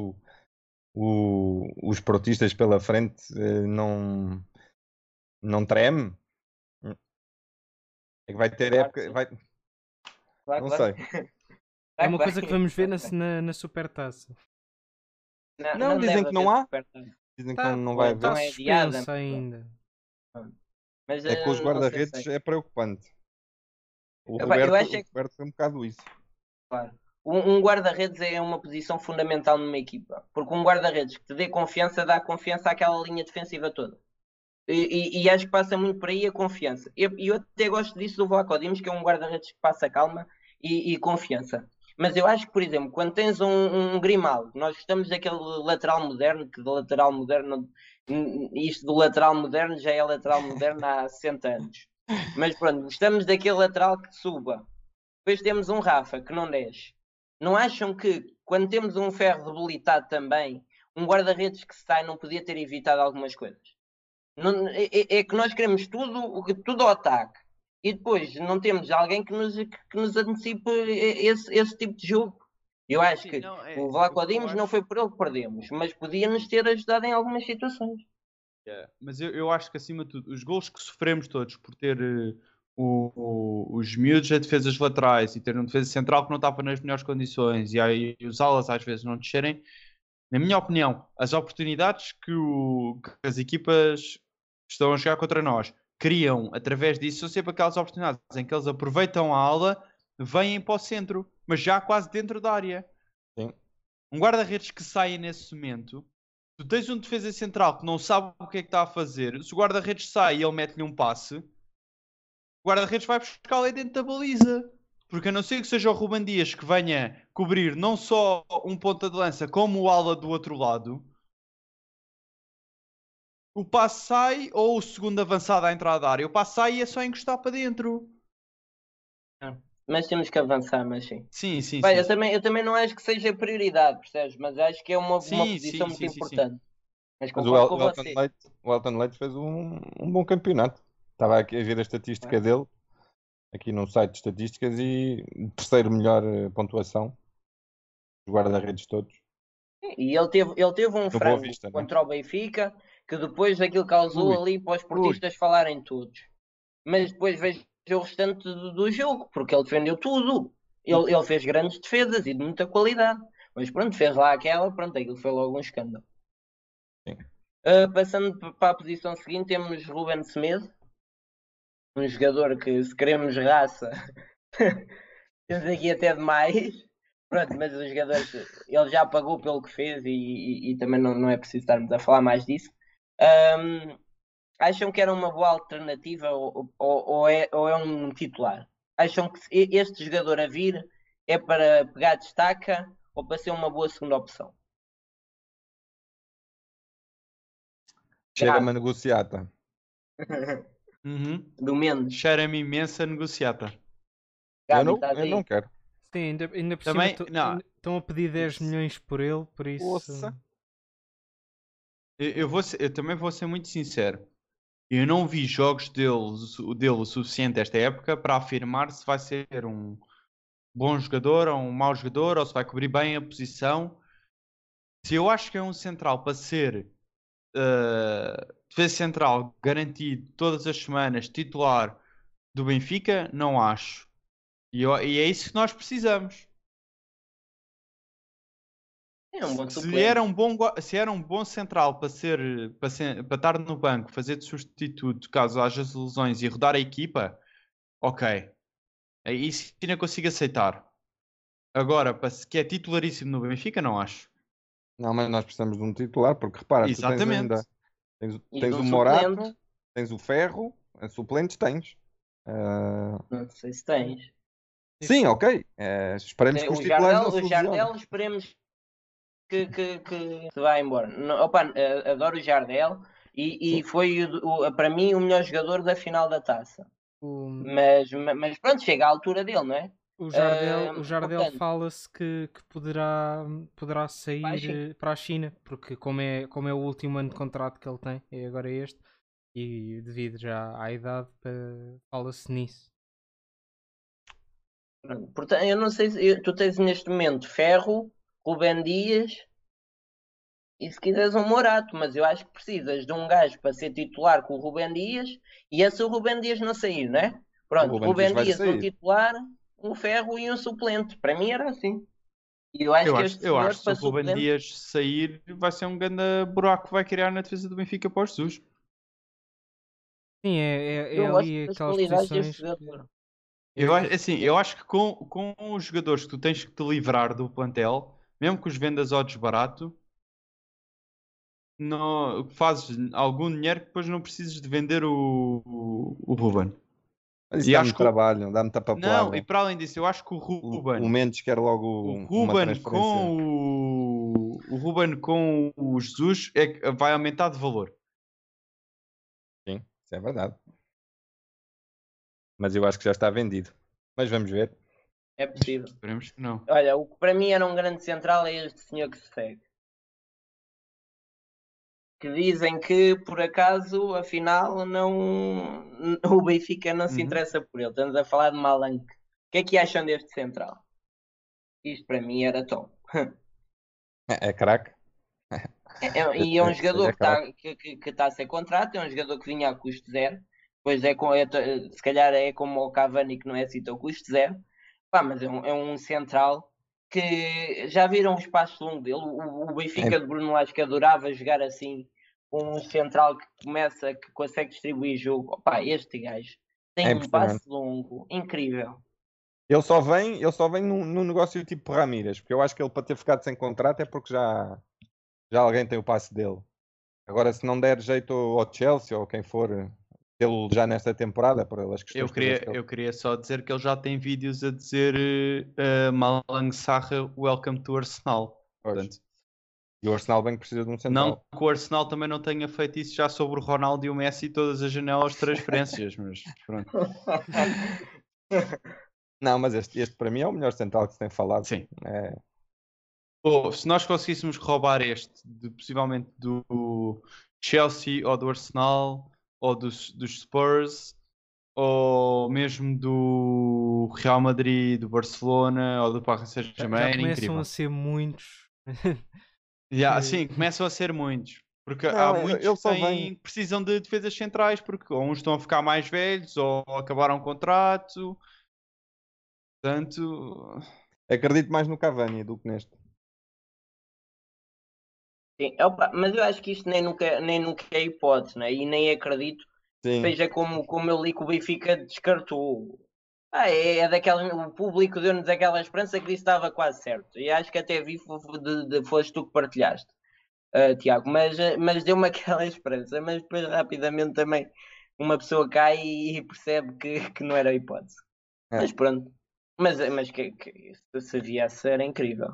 Speaker 3: os portistas pela frente não treme? É que vai ter época. Não sei.
Speaker 1: É uma coisa que vamos ver na Supertaça.
Speaker 3: Não dizem que não há. Dizem que não vai haver.
Speaker 1: Está suspensa ainda.
Speaker 2: Mas,
Speaker 3: é que os guarda-redes é preocupante. O
Speaker 2: Roberto
Speaker 3: foi um bocado isso.
Speaker 2: Claro. Um guarda-redes é uma posição fundamental numa equipa. Porque um guarda-redes que te dê confiança, dá confiança àquela linha defensiva toda. E acho que passa muito por aí a confiança. Eu até gosto disso do Vlaco Dimos, que é um guarda-redes que passa calma e confiança. Mas eu acho que, por exemplo, quando tens um Grimaldo, nós gostamos daquele lateral moderno, que do lateral moderno, isto do lateral moderno já é lateral moderno há 60 anos. Mas pronto, gostamos daquele lateral que suba. Depois temos um Rafa, que não desce. Não acham que, quando temos um Ferro debilitado também, um guarda-redes que sai não podia ter evitado algumas coisas? Não, é que nós queremos tudo ao ataque. E depois não temos alguém que nos antecipe esse tipo de jogo. Eu acho que o Vlaco Dimos não foi por ele que perdemos, mas podia-nos ter ajudado em algumas situações.
Speaker 4: Mas eu acho que, acima de tudo, os gols que sofremos todos por ter os miúdos a defesas laterais e ter um defesa central que não estava nas melhores condições e aí os alas às vezes não descerem, na minha opinião, as oportunidades que as equipas que estão a jogar contra nós criam através disso são sempre aquelas oportunidades em que eles aproveitam a ala, vêm para o centro, mas já quase dentro da área.
Speaker 3: Sim.
Speaker 4: Um guarda-redes que saia nesse momento Tu tens um defesa central que não sabe o que é que está a fazer. Se o guarda-redes sai e ele mete-lhe um passe, o guarda-redes vai buscar ali dentro da baliza. Porque a não ser que seja o Ruben Dias que venha cobrir não só um ponta de lança como o ala do outro lado, o passe sai ou o segundo avançado à entrada da área. O passe sai e é só encostar para dentro.
Speaker 2: Mas temos que avançar, mas sim.
Speaker 4: Sim.
Speaker 2: Bem, eu também não acho que seja prioridade, percebes? Mas acho que é uma posição muito importante. Mas concordo com você.
Speaker 3: O Elton Leite fez um bom campeonato. Estava aqui a ver a estatística dele, aqui no site de estatísticas, e terceiro melhor pontuação dos guarda-redes todos.
Speaker 2: E ele teve um frango contra o Benfica, que depois daquilo causou ali para os portistas falarem todos. Mas depois vejo o restante do jogo, porque ele defendeu tudo. Ele fez grandes defesas e de muita qualidade. Mas pronto, fez lá aquilo foi logo um escândalo. Passando para a posição seguinte, temos Ruben Semedo, um jogador que, se queremos raça, temos aqui até demais. Pronto, mas os jogadores, ele já pagou pelo que fez e também não é preciso estarmos a falar mais disso. Acham que era uma boa alternativa ou é um titular? Acham que este jogador a vir é para pegar destaca ou para ser uma boa segunda opção?
Speaker 3: Cheira-me a negociata.
Speaker 2: Do Mendes.
Speaker 4: Cheira-me imensa negociata.
Speaker 3: Eu não quero.
Speaker 1: Sim, ainda por cima estão a pedir 10 milhões por ele, por isso...
Speaker 4: Eu também vou ser muito sincero. Eu não vi jogos dele o suficiente esta época para afirmar se vai ser um bom jogador ou um mau jogador, ou se vai cobrir bem a posição. Se eu acho que é um central para ser defesa central garantido todas as semanas, titular do Benfica, não acho. E é isso que nós precisamos. Se era um bom central para estar no banco, fazer de substituto caso haja lesões e rodar a equipa, ok. Isso ainda consigo aceitar. Agora, que é titularíssimo no Benfica, não acho.
Speaker 3: Não, mas nós precisamos de um titular, porque repara,
Speaker 4: exatamente.
Speaker 3: Tens o Morato, tens o Ferro, suplentes tens.
Speaker 2: Não sei se tens.
Speaker 3: Sim, ok. Esperemos que os titulares não se lesionem.
Speaker 2: O Jardel, esperemos que se vá embora. Adoro o Jardel e foi para mim o melhor jogador da final da taça. Mas pronto, chega à altura dele, não é?
Speaker 1: O Jardel fala-se que poderá sair para a China, porque como é o último ano de contrato que ele tem, agora este, e devido já à idade, fala-se nisso.
Speaker 2: Portanto, eu não sei se tu tens neste momento Ferro, Ruben Dias e se quiseres um Morato, mas eu acho que precisas de um gajo para ser titular com o Ruben Dias e se o Ruben Dias não sair, não é? Pronto, o Ruben Dias um titular, um Ferro e um suplente. Para mim era assim. E eu acho que se o
Speaker 4: Ruben Dias sair vai ser um grande buraco que vai criar na defesa do Benfica para o Jesus.
Speaker 1: Sim, é ali aquelas posições.
Speaker 4: Eu acho que com os jogadores que tu tens que te livrar do plantel, mesmo que os vendas odds barato, fazes algum dinheiro que depois não precises de vender o Ruben.
Speaker 3: Mas isso dá-me trabalho, dá-me tapapelada.
Speaker 4: Não, e para além disso, eu acho que o Ruben...
Speaker 3: O Mendes quer logo uma transferência.
Speaker 4: O Ruben com o Jesus vai aumentar de valor.
Speaker 3: Sim, isso é verdade. Mas eu acho que já está vendido. Mas vamos ver.
Speaker 2: É possível.
Speaker 4: Esperemos que não.
Speaker 2: Olha, o que para mim era um grande central é este senhor que se segue. Que dizem que, por acaso, afinal, o Benfica não se interessa por ele. Estamos a falar de Malanque. O que é que acham deste central? Isto para mim era tom.
Speaker 3: É craque.
Speaker 2: E é um jogador que está a ser contrato, é um jogador que vinha a custo zero. Pois se calhar é como o Cavani, que não é assim tão custo zero. Mas é um central que já viram o espaço longo dele. O Benfica de Bruno Lage adorava jogar assim, um central que consegue distribuir jogo. Este gajo tem um passe longo incrível.
Speaker 3: Ele só vem num negócio tipo Ramírez, porque eu acho que ele, para ter ficado sem contrato, é porque já Já alguém tem o passe dele. Agora, se não der jeito ao Chelsea ou quem for tê-lo já nesta temporada, por elas questões
Speaker 4: eu queria só dizer que ele já tem vídeos a dizer Malang Sarra, welcome to Arsenal. Portanto,
Speaker 3: e o Arsenal bem que precisa de um central.
Speaker 4: Não que o Arsenal também não tenha feito isso já sobre o Ronaldo e o Messi e todas as janelas de transferências, mas pronto.
Speaker 3: Não, mas este para mim é o melhor central que se tem falado.
Speaker 4: Sim. Se nós conseguíssemos roubar possivelmente do Chelsea ou do Arsenal ou dos Spurs ou mesmo do Real Madrid, do Barcelona ou do Paris Saint-Germain,
Speaker 1: já começam
Speaker 4: incrível.
Speaker 1: a ser muitos.
Speaker 4: Sim, começam a ser muitos. Porque há muitos que precisam de defesas centrais porque ou uns estão a ficar mais velhos ou acabaram o contrato. Portanto...
Speaker 3: Acredito mais no Cavani do que neste.
Speaker 2: Sim, mas eu acho que isto nem nunca é hipótese, né? E nem acredito que seja como eu li que o Benfica descartou. O público deu-nos aquela esperança que disse que estava quase certo. E acho que até vi, foste tu que partilhaste, Tiago, mas deu-me aquela esperança, mas depois rapidamente também uma pessoa cai e percebe que não era hipótese. Mas pronto, mas que se viesse era incrível.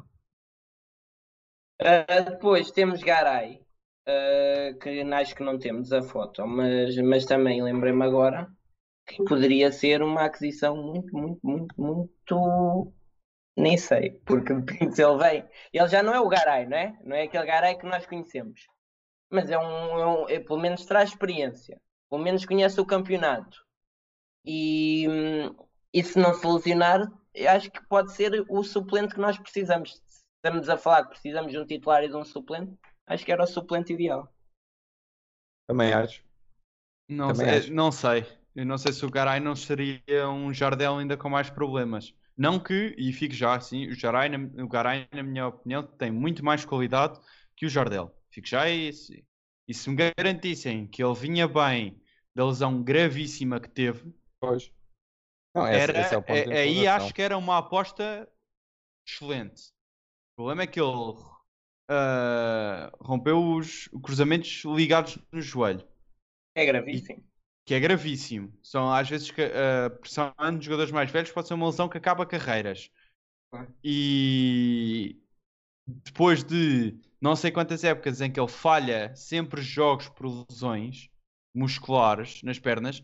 Speaker 2: Depois temos Garay, que acho que não temos a foto, mas também lembrei-me agora que poderia ser uma aquisição muito, nem sei, porque depende se ele vem. Ele já não é o Garay, não é? Não é aquele Garay que nós conhecemos, mas pelo menos traz experiência, pelo menos conhece o campeonato e se não se lesionar, acho que pode ser o suplente que nós precisamos. Estamos a falar que precisamos de um titular e de um suplente. Acho que era o suplente ideal.
Speaker 3: Também acho.
Speaker 4: Não sei. Eu não sei se o Garay não seria um Jardel ainda com mais problemas. Não que, e fico já assim, o Garay, na minha opinião, tem muito mais qualidade que o Jardel. Fico já isso. E se me garantissem que ele vinha bem da lesão gravíssima que teve,
Speaker 3: pois. Não, esse é o ponto
Speaker 4: aí acho que era uma aposta excelente. O problema é que ele rompeu os cruzamentos ligados no joelho.
Speaker 2: É gravíssimo.
Speaker 4: Que é gravíssimo. São às vezes que a pressão de jogadores mais velhos pode ser uma lesão que acaba carreiras. E depois de não sei quantas épocas em que ele falha sempre jogos por lesões musculares nas pernas,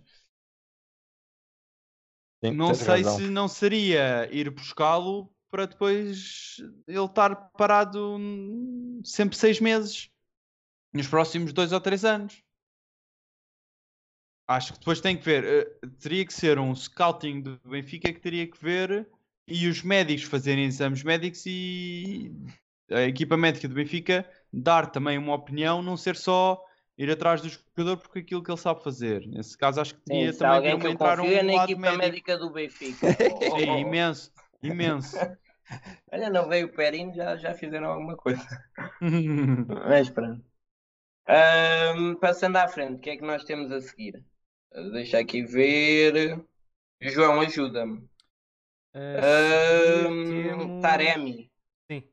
Speaker 3: sim,
Speaker 4: não sei se não seria ir buscá-lo para depois ele estar parado sempre 6 meses nos próximos 2 ou 3 anos. Acho que depois tem que ver, teria que ser um scouting do Benfica que teria que ver e os médicos fazerem exames médicos e a equipa médica do Benfica dar também uma opinião, não ser só ir atrás do jogador porque aquilo que ele sabe fazer. Nesse caso acho que teria também que entrar
Speaker 2: na
Speaker 4: lado
Speaker 2: equipa
Speaker 4: médico.
Speaker 2: Médica do Benfica.
Speaker 4: Sim, imenso.
Speaker 2: Olha, não veio o Perino, já fizeram alguma coisa. Mas pronto. Passando à frente, o que é que nós temos a seguir? Deixa aqui ver. João, ajuda-me. Taremi.
Speaker 1: Sim.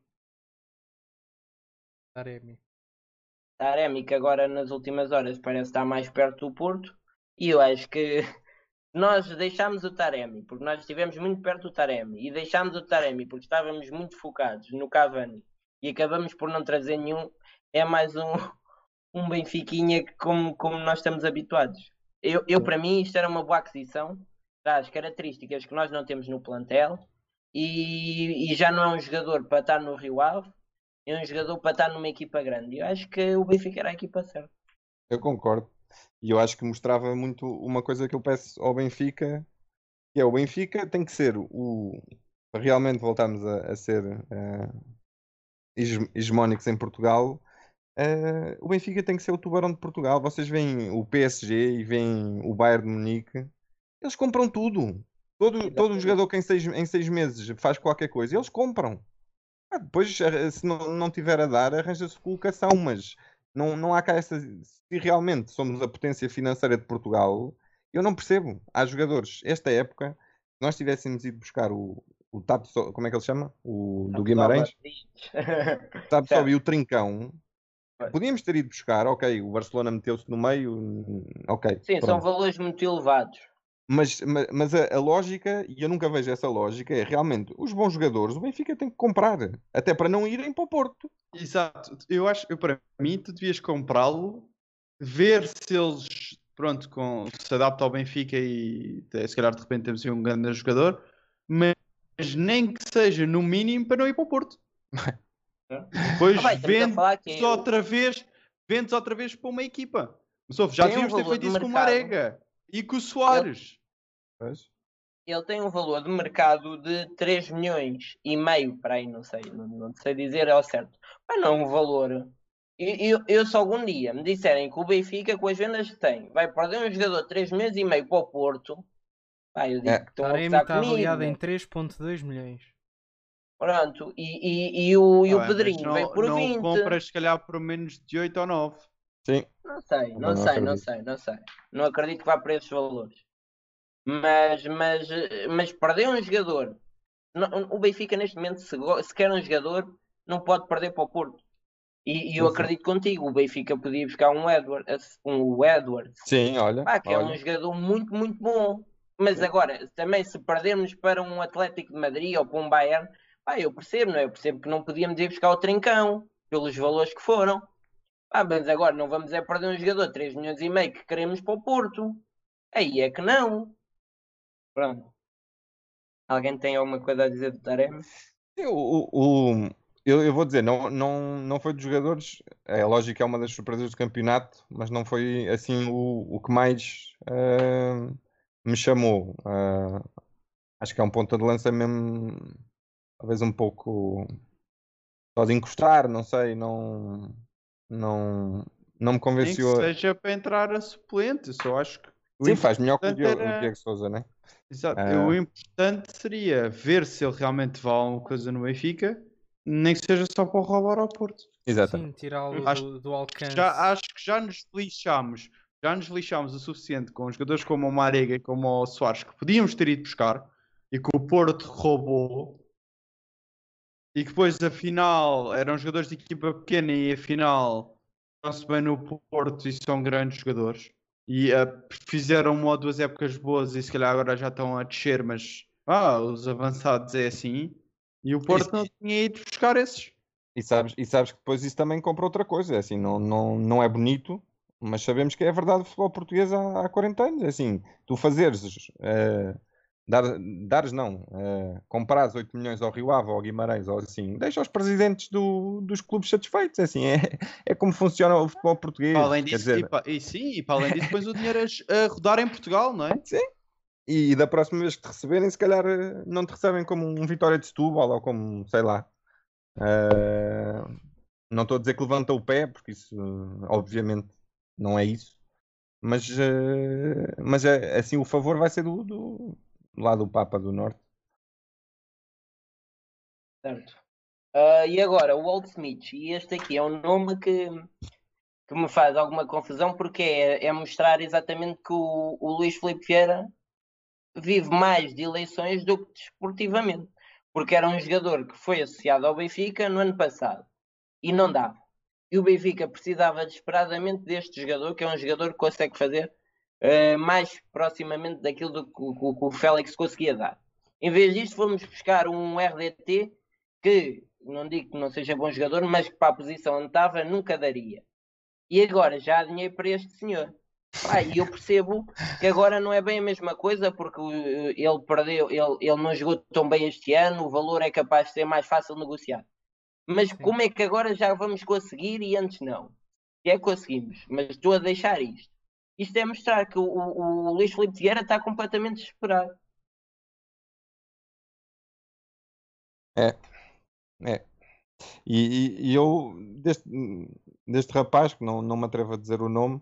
Speaker 2: Taremi, que agora nas últimas horas parece estar mais perto do Porto. E eu acho que nós deixámos o Taremi, porque nós estivemos muito perto do Taremi. E deixámos o Taremi porque estávamos muito focados no Cavani. E acabamos por não trazer nenhum. É mais um Benfiquinha como nós estamos habituados. Eu para mim isto era uma boa aquisição, traz características que nós não temos no plantel e já não é um jogador para estar no Rio Ave, é um jogador para estar numa equipa grande. Eu acho que o Benfica era a equipa certa.
Speaker 3: Eu concordo. E eu acho que mostrava muito uma coisa que eu peço ao Benfica, que é o Benfica tem que ser para realmente voltarmos a ser hegemónicos em Portugal. O Benfica tem que ser o tubarão de Portugal. Vocês veem o PSG e veem o Bayern de Munique, eles compram tudo. Todo jogador que em 6 meses faz qualquer coisa, eles compram. Depois, se não tiver a dar, arranja-se colocação, mas não há cá essa. Se realmente somos a potência financeira de Portugal, eu não percebo. Há jogadores, esta época, se nós tivéssemos ido buscar o Tapsoba, como é que ele chama? O do Guimarães? O Tapsoba e o Trincão. Podíamos ter ido buscar, ok, o Barcelona meteu-se no meio, ok.
Speaker 2: Sim,
Speaker 3: pronto.
Speaker 2: são valores muito elevados.
Speaker 3: Mas a lógica, e eu nunca vejo essa lógica, é realmente os bons jogadores, o Benfica tem que comprar, até para não irem para o Porto.
Speaker 4: Exato. Para mim, tu devias comprá-lo, ver se eles, pronto, se adapta ao Benfica e se calhar de repente temos um grande jogador, mas nem que seja no mínimo para não ir para o Porto. Depois vendes outra vez para uma equipa. Já devíamos ter feito isso com o Marega e com o Soares.
Speaker 2: Ele tem um valor de mercado de 3 milhões e meio, para aí, não sei dizer ao certo. Mas não é um valor. Eu se algum dia me disserem que o Benfica, com as vendas que tem, vai perder um jogador de 3 milhões e meio para o Porto, eu digo que estão a gozar comigo. Está
Speaker 1: avaliado em 3,2 milhões.
Speaker 2: Pronto, e o Pedrinho veio por 20.
Speaker 4: Não compras, se calhar, por menos de 8 ou 9.
Speaker 3: Sim.
Speaker 2: Não sei. Não acredito que vá para esses valores. Mas perder um jogador, o Benfica neste momento, se quer um jogador, não pode perder para o Porto. E eu acredito contigo, o Benfica podia buscar um Edward.
Speaker 3: Sim, olha.
Speaker 2: Que é um jogador muito, muito bom. Mas agora, também se perdermos para um Atlético de Madrid ou para um Bayern, eu percebo, não é? Eu percebo que não podíamos ir buscar o Trincão, pelos valores que foram. Mas agora não vamos perder um jogador de 3 milhões e meio que queremos para o Porto. Aí é que não. Pronto. Alguém tem alguma coisa a dizer do Taremi?
Speaker 3: Eu vou dizer, não foi dos jogadores, é lógico que é uma das surpresas do campeonato, mas não foi assim o que mais me chamou. Acho que é um ponta de lança mesmo, talvez um pouco só de encostar, não sei, não me convenceu.
Speaker 4: Nem que seja para entrar a suplente, só acho que
Speaker 3: sim, faz melhor que o Diego Sousa, não é?
Speaker 4: Exato. O importante seria ver se ele realmente vale alguma coisa no Benfica, nem que seja só para roubar ao Porto.
Speaker 3: Exatamente.
Speaker 1: Sim, tirá-lo do alcance.
Speaker 4: Acho que já nos lixámos o suficiente com jogadores como o Marega e como o Soares, que podíamos ter ido buscar e que o Porto roubou, e que depois afinal eram jogadores de equipa pequena e afinal estão-se bem no Porto e são grandes jogadores. E fizeram uma ou duas épocas boas e se calhar agora já estão a descer, mas os avançados é assim. E o Porto não tinha ido buscar esses.
Speaker 3: E sabes que depois isso também compra outra coisa. É assim, não é bonito, mas sabemos que é a verdade do futebol português há 40 anos. É assim, tu fazeres, comprares 8 milhões ao Rio Ave ou ao Guimarães, ou assim, deixa os presidentes dos clubes satisfeitos. É assim, é como funciona o futebol português.
Speaker 4: Para além disso, e para além disso, pões o dinheiro a rodar em Portugal, não é?
Speaker 3: Sim. E da próxima vez que te receberem, se calhar não te recebem como um Vitória de Setúbal ou como, sei lá. Não estou a dizer que levanta o pé, porque isso obviamente não é isso. Mas assim o favor vai ser do lado do Papa do Norte.
Speaker 2: Certo. E agora, o Walt Smith. E este aqui é um nome que me faz alguma confusão, porque é mostrar exatamente que o Luís Filipe Vieira vive mais de eleições do que desportivamente. Porque era um jogador que foi associado ao Benfica no ano passado. E não dava. E o Benfica precisava desesperadamente deste jogador, que é um jogador que consegue fazer mais proximamente daquilo que o Félix conseguia dar. Em vez disto, fomos buscar um RDT que, não digo que não seja bom jogador, mas que para a posição onde estava nunca daria. E agora já há dinheiro para este senhor. E eu percebo que agora não é bem a mesma coisa, porque ele perdeu, ele não jogou tão bem este ano, o valor é capaz de ser mais fácil de negociar. Mas como é que agora já vamos conseguir e antes não? Conseguimos, mas estou a deixar isto. Isto é mostrar que o Luís Filipe Vieira está completamente desesperado.
Speaker 3: E eu, deste rapaz, que não me atrevo a dizer o nome,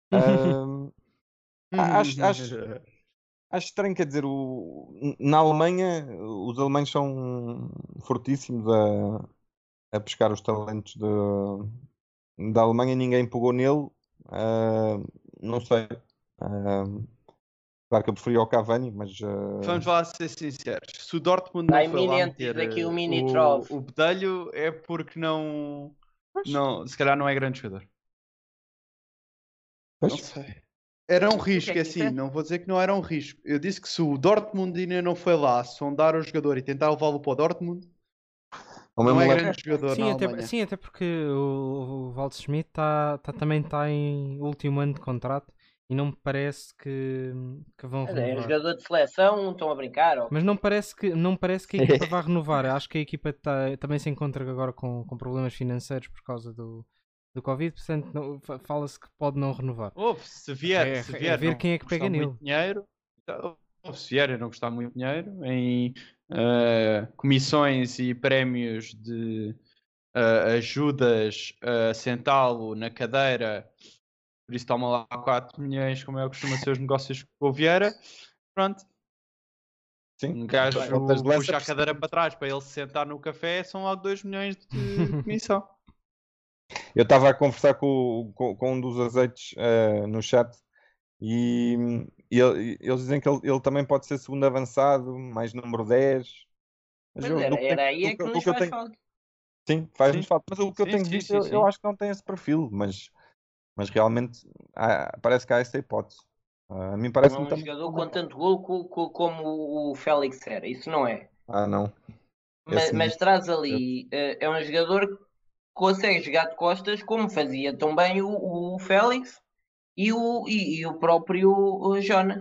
Speaker 3: acho estranho, quer dizer, na Alemanha, os alemães são fortíssimos a pescar os talentos da Alemanha, ninguém pegou nele, não sei. Claro que eu preferia o Cavani, mas...
Speaker 4: Vamos lá ser sinceros. Se o Dortmund não foi lá meter
Speaker 2: aqui o
Speaker 4: o Bedelho, é porque não não, se calhar não é grande jogador.
Speaker 3: Pois.
Speaker 4: Não sei. Era um risco,
Speaker 2: que é
Speaker 4: assim, não vou dizer que não era um risco. Eu disse que se o Dortmund ainda não foi lá sondar o jogador e tentar levá-lo para o Dortmund, não é grande jogador na Alemanha.
Speaker 1: Sim, até porque o Waldschmidt Schmidt também está em último ano de contrato e não me parece que vão renovar.
Speaker 2: É jogador de seleção, estão a brincar.
Speaker 1: Mas não parece que a equipa vai renovar. Acho que a equipa também se encontra agora com problemas financeiros por causa do Covid, portanto fala-se que pode não renovar.
Speaker 4: Se vier,
Speaker 1: ver quem é que pega nele.
Speaker 4: Dinheiro, se vier e não gostar muito de dinheiro, em comissões e prémios de ajudas a sentá-lo na cadeira, por isso toma lá 4 milhões, como é que costuma ser os negócios com o Vieira, pronto.
Speaker 3: Sim.
Speaker 4: Um gajo puxa a cadeira para trás para ele se sentar no café, são logo 2 milhões de comissão.
Speaker 3: Eu estava a conversar com um dos azeites no chat e eles dizem que ele também pode ser segundo avançado, mais número 10.
Speaker 2: Mas era aí que nos faz falta.
Speaker 3: Sim, faz-nos falta. Mas o que eu tenho visto, eu acho que não tem esse perfil, mas realmente parece que há essa hipótese. A mim parece
Speaker 2: um jogador com tanto gol como o Félix era, isso não é?
Speaker 3: Não.
Speaker 2: Mas traz ali, é um jogador que consegue jogar de costas como fazia tão bem o Félix e o próprio Jonas.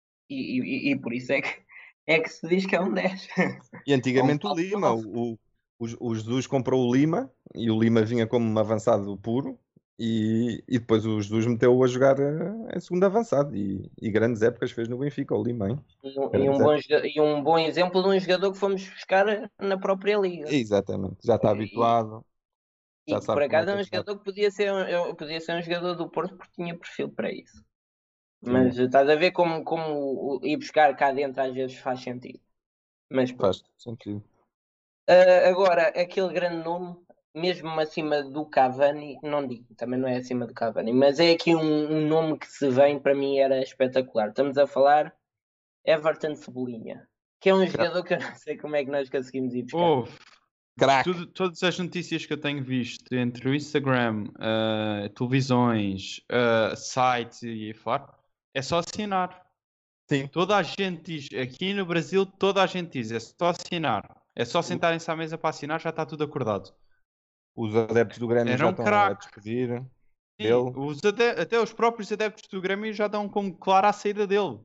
Speaker 2: E por isso é que se diz que é um 10.
Speaker 3: E antigamente o Lima, o Jesus comprou o Lima e o Lima vinha como um avançado puro e depois o Jesus meteu-o a jogar a segundo avançado e grandes épocas fez no Benfica, o Lima, hein?
Speaker 2: E um bom exemplo de um jogador que fomos buscar na própria liga.
Speaker 3: Exatamente, já está habituado.
Speaker 2: E por acaso é um jogador que podia ser um jogador do Porto porque tinha perfil para isso. Mas estás a ver como ir buscar cá dentro às vezes faz sentido. Mas
Speaker 3: faz sentido.
Speaker 2: Agora, aquele grande nome, mesmo acima do Cavani, não digo, também não é acima do Cavani, mas é aqui um nome que se vem, para mim era espetacular. Estamos a falar Everton Cebolinha, que é um jogador que eu não sei como é que nós conseguimos ir buscar.
Speaker 4: Todas as notícias que eu tenho visto entre o Instagram, televisões, sites e fora, é só assinar.
Speaker 3: Sim.
Speaker 4: Toda a gente diz, aqui no Brasil, toda a gente diz, é só assinar. É só sentarem-se à mesa para assinar, já está tudo acordado.
Speaker 3: Os adeptos do Grêmio já estão a despedir dele.
Speaker 4: Até os próprios adeptos do Grêmio já dão como clara a saída dele.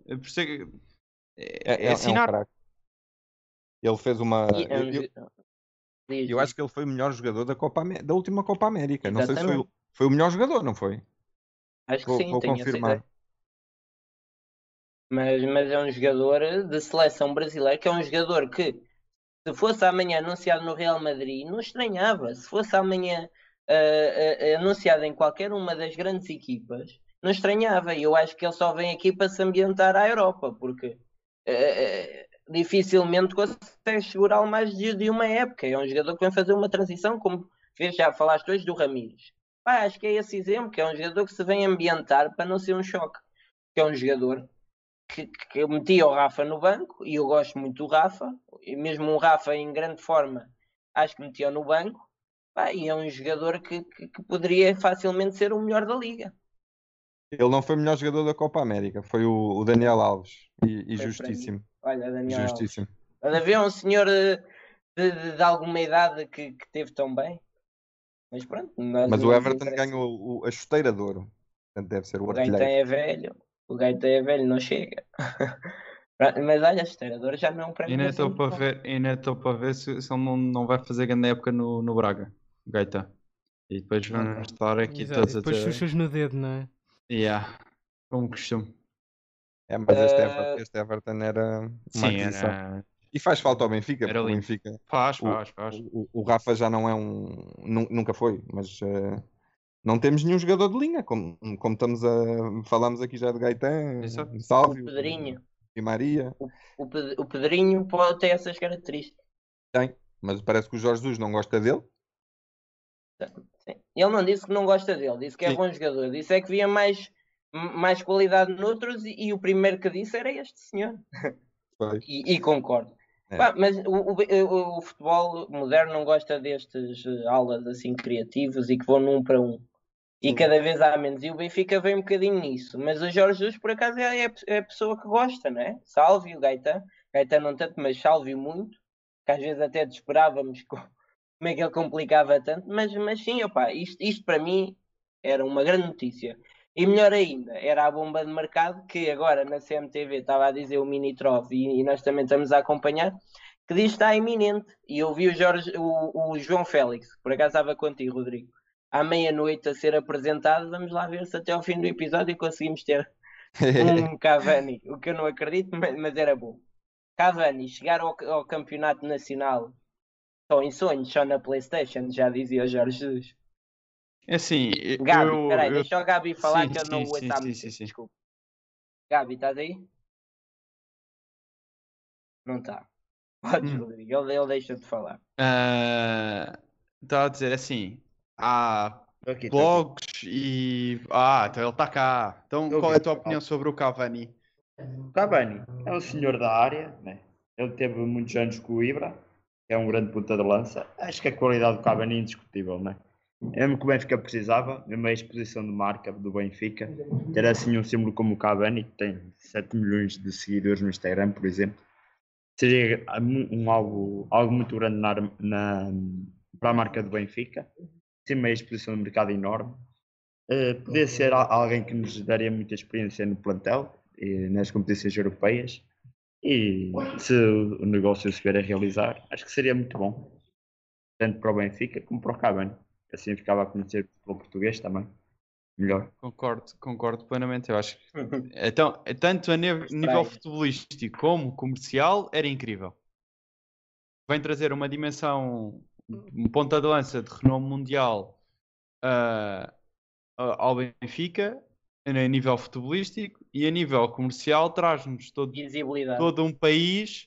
Speaker 4: É assinar.
Speaker 3: Um craque. Ele fez uma... Eu acho que ele foi o melhor jogador da última Copa América. Exatamente. Não sei se foi o melhor jogador, não foi?
Speaker 2: Acho que sim,
Speaker 3: vou confirmar.
Speaker 2: Mas é um jogador de seleção brasileira, que é um jogador que, se fosse amanhã anunciado no Real Madrid, não estranhava. Se fosse amanhã anunciado em qualquer uma das grandes equipas, não estranhava. E eu acho que ele só vem aqui para se ambientar à Europa, porque dificilmente consegue segurá-lo mais de uma época. É um jogador que vem fazer uma transição, como já falaste hoje do Ramires. Acho que é esse exemplo, que é um jogador que se vem ambientar para não ser um choque. Que é um jogador que eu metia o Rafa no banco, e eu gosto muito do Rafa, e mesmo um Rafa em grande forma, acho que metia no banco, e é um jogador que poderia facilmente ser o melhor da Liga.
Speaker 3: Ele não foi o melhor jogador da Copa América, foi o Daniel Alves, e justíssimo.
Speaker 2: Olha, Daniel justíssimo. Alves. Havia um senhor de alguma idade que teve tão bem, mas pronto.
Speaker 3: Mas o Everton ganhou a chuteira de ouro, portanto deve ser o artilheiro.
Speaker 2: Gaeta é velho. O Gaeta é velho, não chega. Mas olha, a esteradora já não é um prémio.
Speaker 4: Ainda estou para ver se ele não vai fazer grande época no Braga, Gaeta. E depois vamos estar aqui todos
Speaker 1: depois chuchas no dedo, não é?
Speaker 4: Como costume.
Speaker 3: Mas este Everton era uma aquisição. E faz falta ao Benfica, porque o Benfica...
Speaker 4: Faz.
Speaker 3: O Rafa já não é nunca foi, mas... não temos nenhum jogador de linha, como falámos aqui já de Gaetan, Sálvio,
Speaker 2: o Pedrinho
Speaker 3: e Maria.
Speaker 2: O Pedrinho pode ter essas características.
Speaker 3: Tem, mas parece que o Jorge Jesus não gosta dele.
Speaker 2: Sim. Ele não disse que não gosta dele, disse que é bom jogador, disse é que via mais qualidade noutros e o primeiro que disse era este senhor. E concordo. Pá, mas o futebol moderno não gosta destes aulas assim criativos e que vão num para um. E cada vez há menos. E o Benfica vem um bocadinho nisso. Mas o Jorge Jesus, por acaso, é a pessoa que gosta, não é? Salve o Gaetan. Gaetan não tanto, mas salve muito. Que às vezes até desesperávamos como é que ele complicava tanto. Mas sim, opa, isto para mim era uma grande notícia. E melhor ainda, era a bomba de mercado que agora na CMTV estava a dizer o Minitrov e nós também estamos a acompanhar, que diz que está iminente. E eu vi o João Félix, que por acaso estava contigo, Rodrigo, à meia-noite a ser apresentado. Vamos lá ver se até ao fim do episódio conseguimos ter um Cavani, o que eu não acredito, mas era bom. Cavani chegar ao campeonato nacional só em sonhos, só na PlayStation, já dizia o Jorge Jesus.
Speaker 4: É assim,
Speaker 2: Gabi, peraí, deixa o Gabi falar que eu não
Speaker 4: sim,
Speaker 2: vou estar muito.
Speaker 4: sim.
Speaker 2: Desculpa. Gabi, estás aí? Não está. Podes, Rodrigo, ele deixa de falar.
Speaker 4: Estava a dizer assim, há
Speaker 7: Aqui,
Speaker 4: blogs e... então ele está cá. Então qual é a tua opinião sobre o Cavani?
Speaker 7: O Cavani é um senhor da área, né? Ele teve muitos anos com o Ibra, que é um grande ponta de lança. Acho que a qualidade do Cavani é indiscutível, né? É mesmo que o Benfica precisava, mesmo a exposição de marca do Benfica, ter assim um símbolo como o Cavani, que tem 7 milhões de seguidores no Instagram, por exemplo, seria algo muito grande para a marca do Benfica. Tem uma exposição de mercado enorme. Podia ser alguém que nos daria muita experiência no plantel e nas competições europeias. E se o negócio se vier a realizar, acho que seria muito bom, tanto para o Benfica como para o Cavani. Assim ficava a conhecer o futebol português também melhor.
Speaker 4: Concordo plenamente. Eu acho que então, tanto a nível futebolístico como comercial era incrível. Vem trazer uma dimensão, um ponta de lança de renome mundial ao Benfica a nível futebolístico, e a nível comercial traz-nos todo um país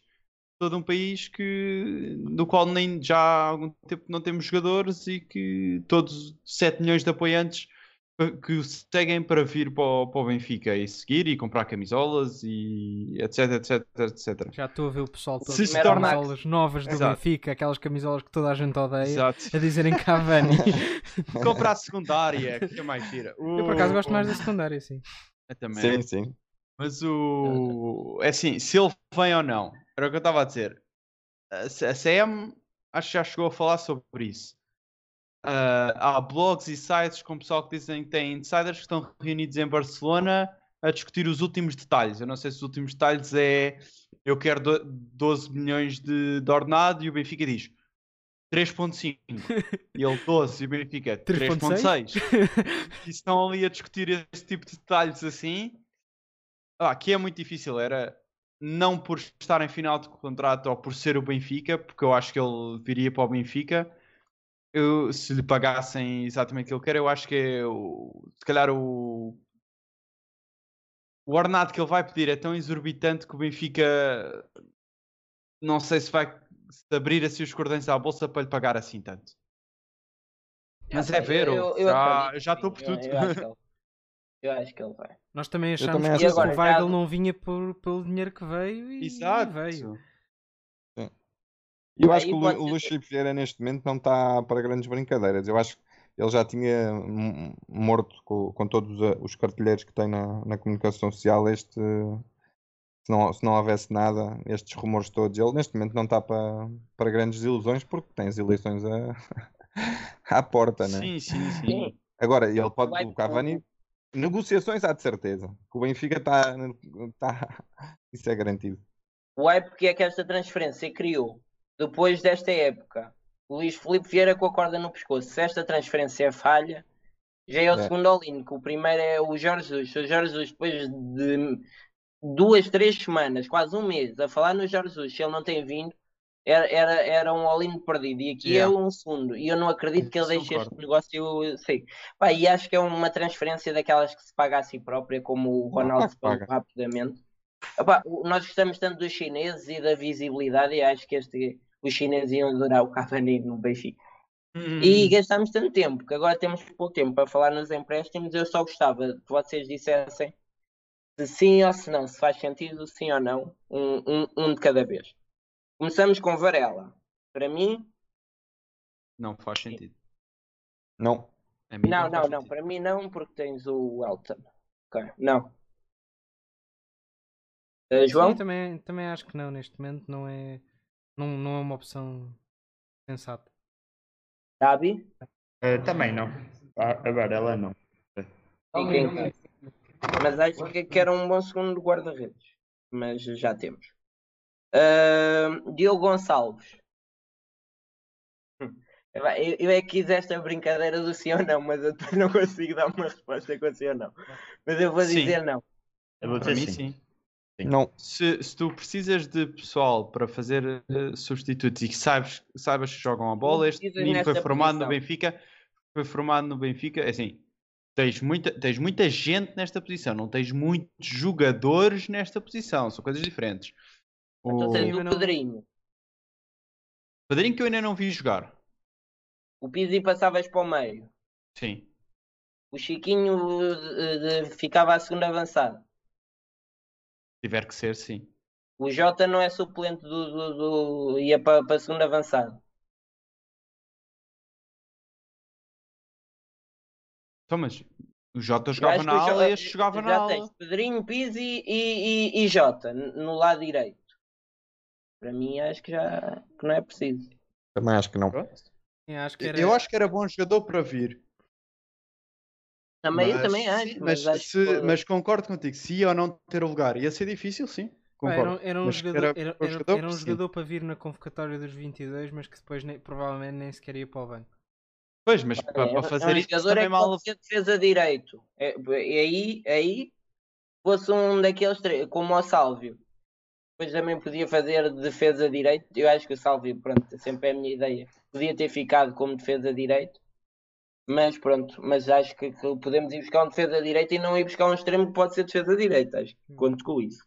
Speaker 4: do qual nem já há algum tempo não temos jogadores, e que todos 7 milhões de apoiantes que o seguem para vir para o Benfica e seguir e comprar camisolas e etc.
Speaker 1: Já estou a ver o pessoal todo
Speaker 4: Se
Speaker 1: com
Speaker 4: torna...
Speaker 1: camisolas novas do
Speaker 4: Exato.
Speaker 1: Benfica, aquelas camisolas que toda a gente odeia,
Speaker 4: Exato.
Speaker 1: a dizerem Cavani.
Speaker 4: Comprar a secundária, que é mais gira.
Speaker 1: Eu por acaso gosto mais da secundária, sim.
Speaker 4: Eu também.
Speaker 3: Sim.
Speaker 4: Mas é assim, se ele vem ou não, era o que eu estava a dizer. A CM acho que já chegou a falar sobre isso. Há blogs e sites com pessoal que dizem que tem insiders que estão reunidos em Barcelona a discutir os últimos detalhes. Eu não sei se os últimos detalhes é eu quero 12 milhões de ordenado, e o Benfica diz 3.5 e ele 12 e o Benfica 3.6 e estão ali a discutir esse tipo de detalhes assim. Que é muito difícil, era não por estar em final de contrato ou por ser o Benfica, porque eu acho que ele viria para o Benfica. Se lhe pagassem exatamente o que ele quer, eu acho que se calhar o ordenado que ele vai pedir é tão exorbitante que o Benfica não sei se vai abrir assim os cordões à bolsa para lhe pagar assim tanto. Mas ver, eu já estou por tudo.
Speaker 2: Eu acho que ele vai.
Speaker 1: Nós também achamos que o Weigl não vinha pelo dinheiro que veio e veio.
Speaker 3: Eu acho que o Luís Filipe Vieira neste momento não está para grandes brincadeiras. Eu acho que ele já tinha morto com todos os cartilheiros que tem na comunicação social se não houvesse nada, estes rumores todos. Ele neste momento não está para grandes ilusões, porque tem as eleições à porta, né?
Speaker 4: Sim.
Speaker 3: Agora, ele pode, o Cavani, negociações há de certeza. Que o Benfica está isso é garantido.
Speaker 2: O hype que é que esta transferência criou depois desta época, o Luís Filipe Vieira com a corda no pescoço. Se esta transferência falha, já é o segundo all-in, que o primeiro é o Jorge Jesus. O Jorge Jesus, depois de 2, 3 semanas, quase um mês, a falar no Jorge Jesus, se ele não tem vindo, era um all-in perdido. E aqui é um segundo. E eu não acredito que ele deixe este negócio sair. E acho que é uma transferência daquelas que se paga a si própria, como o Ronaldo se pagou rapidamente. Nós gostamos tanto dos chineses e da visibilidade, e acho que os chineses iam adorar o Cavani no Benfica. E gastámos tanto tempo, que agora temos pouco tempo para falar nos empréstimos. Eu só gostava que vocês dissessem se sim ou se não, se faz sentido, sim ou não, um de cada vez. Começamos com Varela. Para mim...
Speaker 4: Não faz sentido.
Speaker 3: Não.
Speaker 2: Não. Para mim não, porque tens o Elton. Ok, não. João?
Speaker 1: Sim, também acho que não. Neste momento não é uma opção sensata.
Speaker 2: Gabi?
Speaker 7: Também não. A Varela não.
Speaker 2: Mas acho que era um bom segundo guarda-redes. Mas já temos. Diogo Gonçalves. Eu é que quis esta brincadeira do sim ou não, mas eu depois não consigo dar uma resposta com sim ou não. Mas eu vou dizer não.
Speaker 7: Eu vou
Speaker 4: Para
Speaker 7: dizer
Speaker 4: mim,
Speaker 7: sim.
Speaker 4: sim.
Speaker 3: Não.
Speaker 4: Se tu precisas de pessoal para fazer substitutos e que saibas que jogam a bola, este menino foi formado no Benfica. Foi formado no Benfica. É assim, tens muita gente nesta posição, não tens muitos jogadores nesta posição, são coisas diferentes.
Speaker 2: Então tens o Pedrinho.
Speaker 4: Pedrinho que eu ainda não vi jogar.
Speaker 2: O Pizzi passavas para o meio.
Speaker 4: Sim.
Speaker 2: O Chiquinho ficava a segunda avançada.
Speaker 4: Se tiver que ser, sim.
Speaker 2: O Jota não é suplente ia para a segunda avançada.
Speaker 4: Então, mas o Jota jogava na ala e este jogava na ala.
Speaker 2: Já tens Pedrinho, Pizzi e Jota no lado direito. Para mim acho que não é preciso.
Speaker 3: Também acho que não.
Speaker 4: Eu acho que era bom jogador para vir.
Speaker 2: Eu também acho.
Speaker 4: Mas concordo contigo, se ia ou não ter o lugar, ia ser difícil, sim.
Speaker 1: Era um jogador para vir na convocatória dos 22, mas que depois provavelmente nem sequer ia para o banco.
Speaker 4: Pois, mas para fazer isso
Speaker 2: também mal... ser defesa direito. Aí fosse um daqueles três, como o Sálvio. Depois também podia fazer defesa direito. Eu acho que o Sálvio, pronto, sempre é a minha ideia. Podia ter ficado como defesa direito. Mas pronto, mas acho que podemos ir buscar um defesa direito e não ir buscar um extremo que pode ser defesa direita. Acho que conto com isso.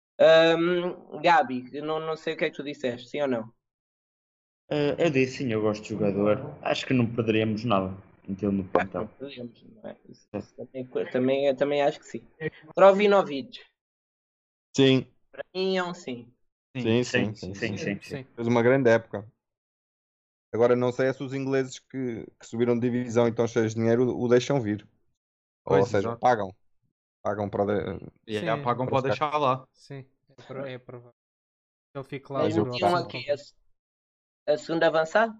Speaker 2: Gabi, não sei o que é que tu disseste, sim ou não?
Speaker 7: Eu disse sim, eu gosto de jogador. Acho que não perderíamos nada em tê-lo no plantel.
Speaker 2: Não perderíamos, não é? Também acho que sim. Krovinovic.
Speaker 3: Sim.
Speaker 2: Para mim é um sim.
Speaker 3: Sim. Fez uma grande época. Agora não sei se os ingleses que subiram de divisão e estão cheios de dinheiro o deixam vir. Ou seja, pagam. Pagam para...
Speaker 4: pagam para deixar lá.
Speaker 1: Sim, é provável. Ele fica lá.
Speaker 2: Mas metiam aqui a segunda avançada?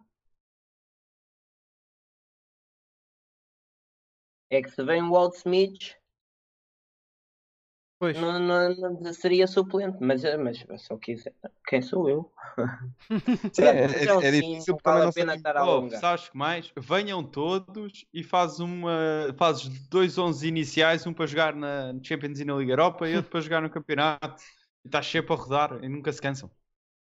Speaker 2: É que se vem o Walt Smith, não seria suplente, mas só quiser. Quem sou eu?
Speaker 3: Sim, é difícil porque
Speaker 2: vale a pena estar a alongar.
Speaker 4: Sabes que mais? Venham todos e fazes 2 11 iniciais, um para jogar na Champions e na Liga Europa e outro para jogar no campeonato. E estás sempre a rodar e nunca se cansam.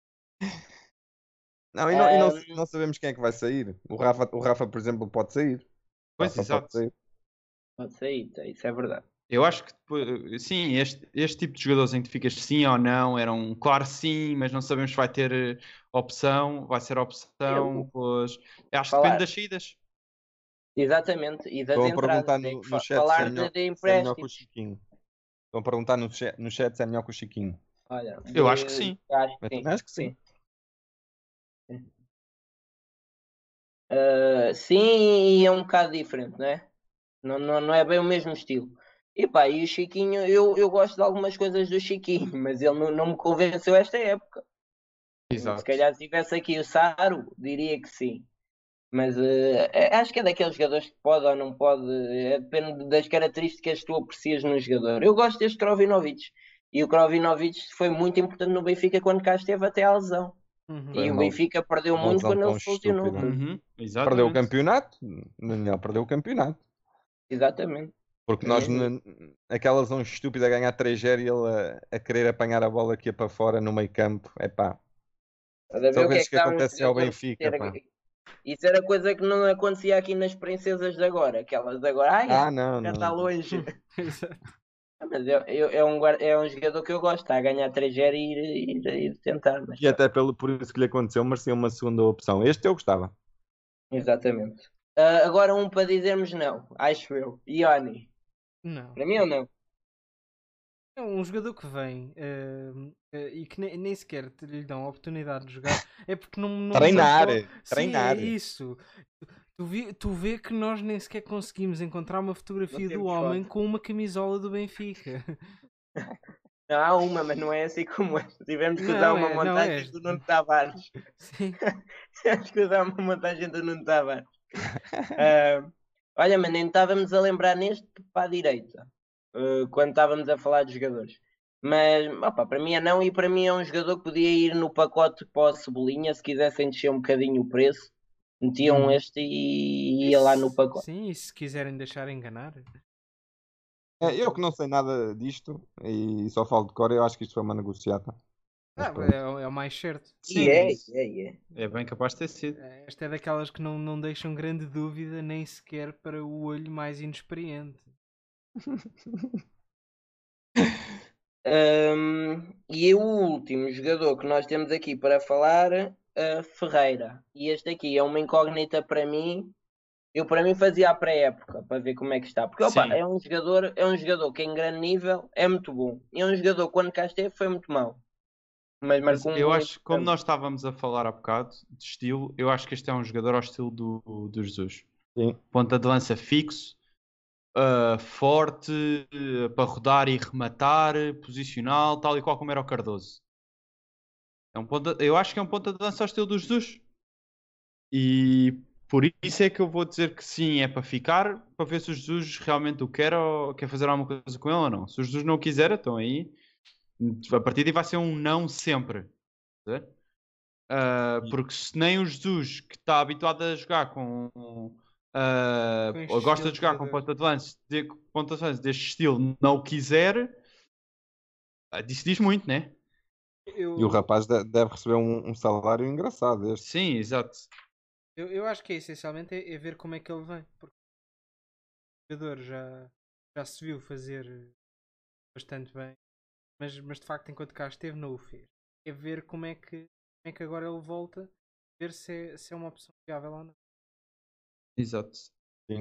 Speaker 3: Não, não sabemos quem é que vai sair. O Rafa, por exemplo, pode sair.
Speaker 4: Pois, exato.
Speaker 2: Pode sair, isso é verdade.
Speaker 4: Eu acho que, sim, este tipo de jogadores em que tu ficas sim ou não, eram claro sim, mas não sabemos se vai ter opção, vai ser opção, pois acho que depende das saídas.
Speaker 2: Exatamente, e das
Speaker 3: Estão
Speaker 2: entradas.
Speaker 3: A perguntar no chat
Speaker 2: falar
Speaker 3: se é
Speaker 2: de
Speaker 3: melhor que o Chiquinho. Estão a perguntar no chat se é melhor que o Chiquinho.
Speaker 2: Olha,
Speaker 4: eu acho que sim.
Speaker 3: Acho que sim.
Speaker 2: Sim, e é um bocado diferente, não é? Não é bem o mesmo estilo. E o Chiquinho, eu gosto de algumas coisas do Chiquinho, mas ele não me convenceu esta época.
Speaker 4: Exato.
Speaker 2: Se calhar se tivesse aqui o Saro, diria que sim. Mas acho que é daqueles jogadores que pode ou não pode, depende das características que tu aprecias no jogador. Eu gosto deste Krovinovic. E o Krovinovic foi muito importante no Benfica quando cá esteve até à lesão. E o Benfica perdeu muito quando ele se lesionou.
Speaker 3: Perdeu o campeonato, Daniel, perdeu o campeonato.
Speaker 2: Exatamente.
Speaker 3: Porque nós, aquela lesão estúpida a ganhar 3-0 e ele a querer apanhar a bola aqui para fora no meio campo, são coisas que acontecem ao Benfica.
Speaker 2: Isso era coisa que não acontecia aqui nas princesas de agora. Aquelas de agora,
Speaker 3: não
Speaker 2: está longe. Mas é um jogador que eu gosto, está a ganhar 3-0 e ir tentar. Mas
Speaker 3: e até por isso que lhe aconteceu, merecia uma segunda opção. Este eu gostava.
Speaker 2: Exatamente. Agora um para dizermos não, acho eu. Ioni.
Speaker 1: Não.
Speaker 2: Para mim ou não?
Speaker 1: É um jogador que vem e que nem sequer lhe dão a oportunidade de jogar, é porque não
Speaker 3: Treinar,
Speaker 1: treinar. Sim, é isso. Tu vê que nós nem sequer conseguimos encontrar uma fotografia do homem com uma camisola do Benfica.
Speaker 2: Não, há uma, mas não é assim como esta. Tivemos que usar uma montagem do Nuno Tavares.
Speaker 1: Sim.
Speaker 2: Tivemos que usar uma montagem do Nuno Tavares. Olha, mas nem estávamos a lembrar neste para a direita, quando estávamos a falar de jogadores. Mas, opa, para mim é não, e para mim é um jogador que podia ir no pacote para o Cebolinha, se quisessem descer um bocadinho o preço, metiam este e ia lá no pacote.
Speaker 1: Sim, e se quiserem deixar enganar.
Speaker 3: Eu que não sei nada disto e só falo de cor, eu acho que isto foi uma negociata.
Speaker 1: É o mais certo.
Speaker 2: Sim,
Speaker 4: é bem capaz de ter sido.
Speaker 1: Esta é daquelas que não deixam grande dúvida, nem sequer para o olho mais inexperiente.
Speaker 2: E o último jogador que nós temos aqui para falar, Ferreira. E este aqui é uma incógnita para mim. Eu para mim fazia a pré-época para ver como é que está. Porque opa, é um jogador que em grande nível é muito bom. E é um jogador que quando cá esteve foi muito mau. Mas
Speaker 4: eu acho que como nós estávamos a falar há bocado de estilo, eu acho que este é um jogador ao estilo do Jesus.
Speaker 3: Sim.
Speaker 4: Ponta de lança fixo, forte, para rodar e rematar, posicional, tal e qual como era o Cardoso. Eu acho que é um ponta de lança ao estilo do Jesus. E por isso é que eu vou dizer que sim, é para ficar, para ver se o Jesus realmente o quer ou quer fazer alguma coisa com ele ou não. Se o Jesus não o quiser, então aí a partir daí vai ser um não sempre. Porque se nem o Jesus, que está habituado a jogar ou gosta de jogar com ponta de lança deste estilo, não o quiser, isso diz muito, né?
Speaker 3: E o rapaz deve receber um salário engraçado.
Speaker 4: Sim, exato.
Speaker 1: Eu acho que essencialmente é ver como é que ele vem. Porque o jogador já se viu fazer bastante bem. Mas de facto, enquanto cá esteve, não o fez. É ver como é que agora ele volta, ver se é uma opção viável ou não.
Speaker 4: Exato.
Speaker 3: Sim.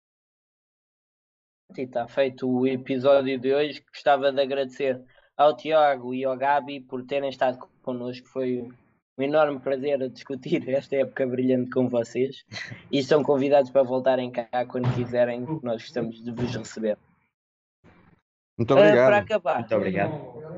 Speaker 2: E está feito o episódio de hoje. Gostava de agradecer ao Tiago e ao Gabi por terem estado connosco. Foi um enorme prazer a discutir esta época brilhante com vocês. E estão convidados para voltarem cá quando quiserem. Nós gostamos de vos receber.
Speaker 3: Muito obrigado.
Speaker 2: Para acabar.
Speaker 7: Muito obrigado.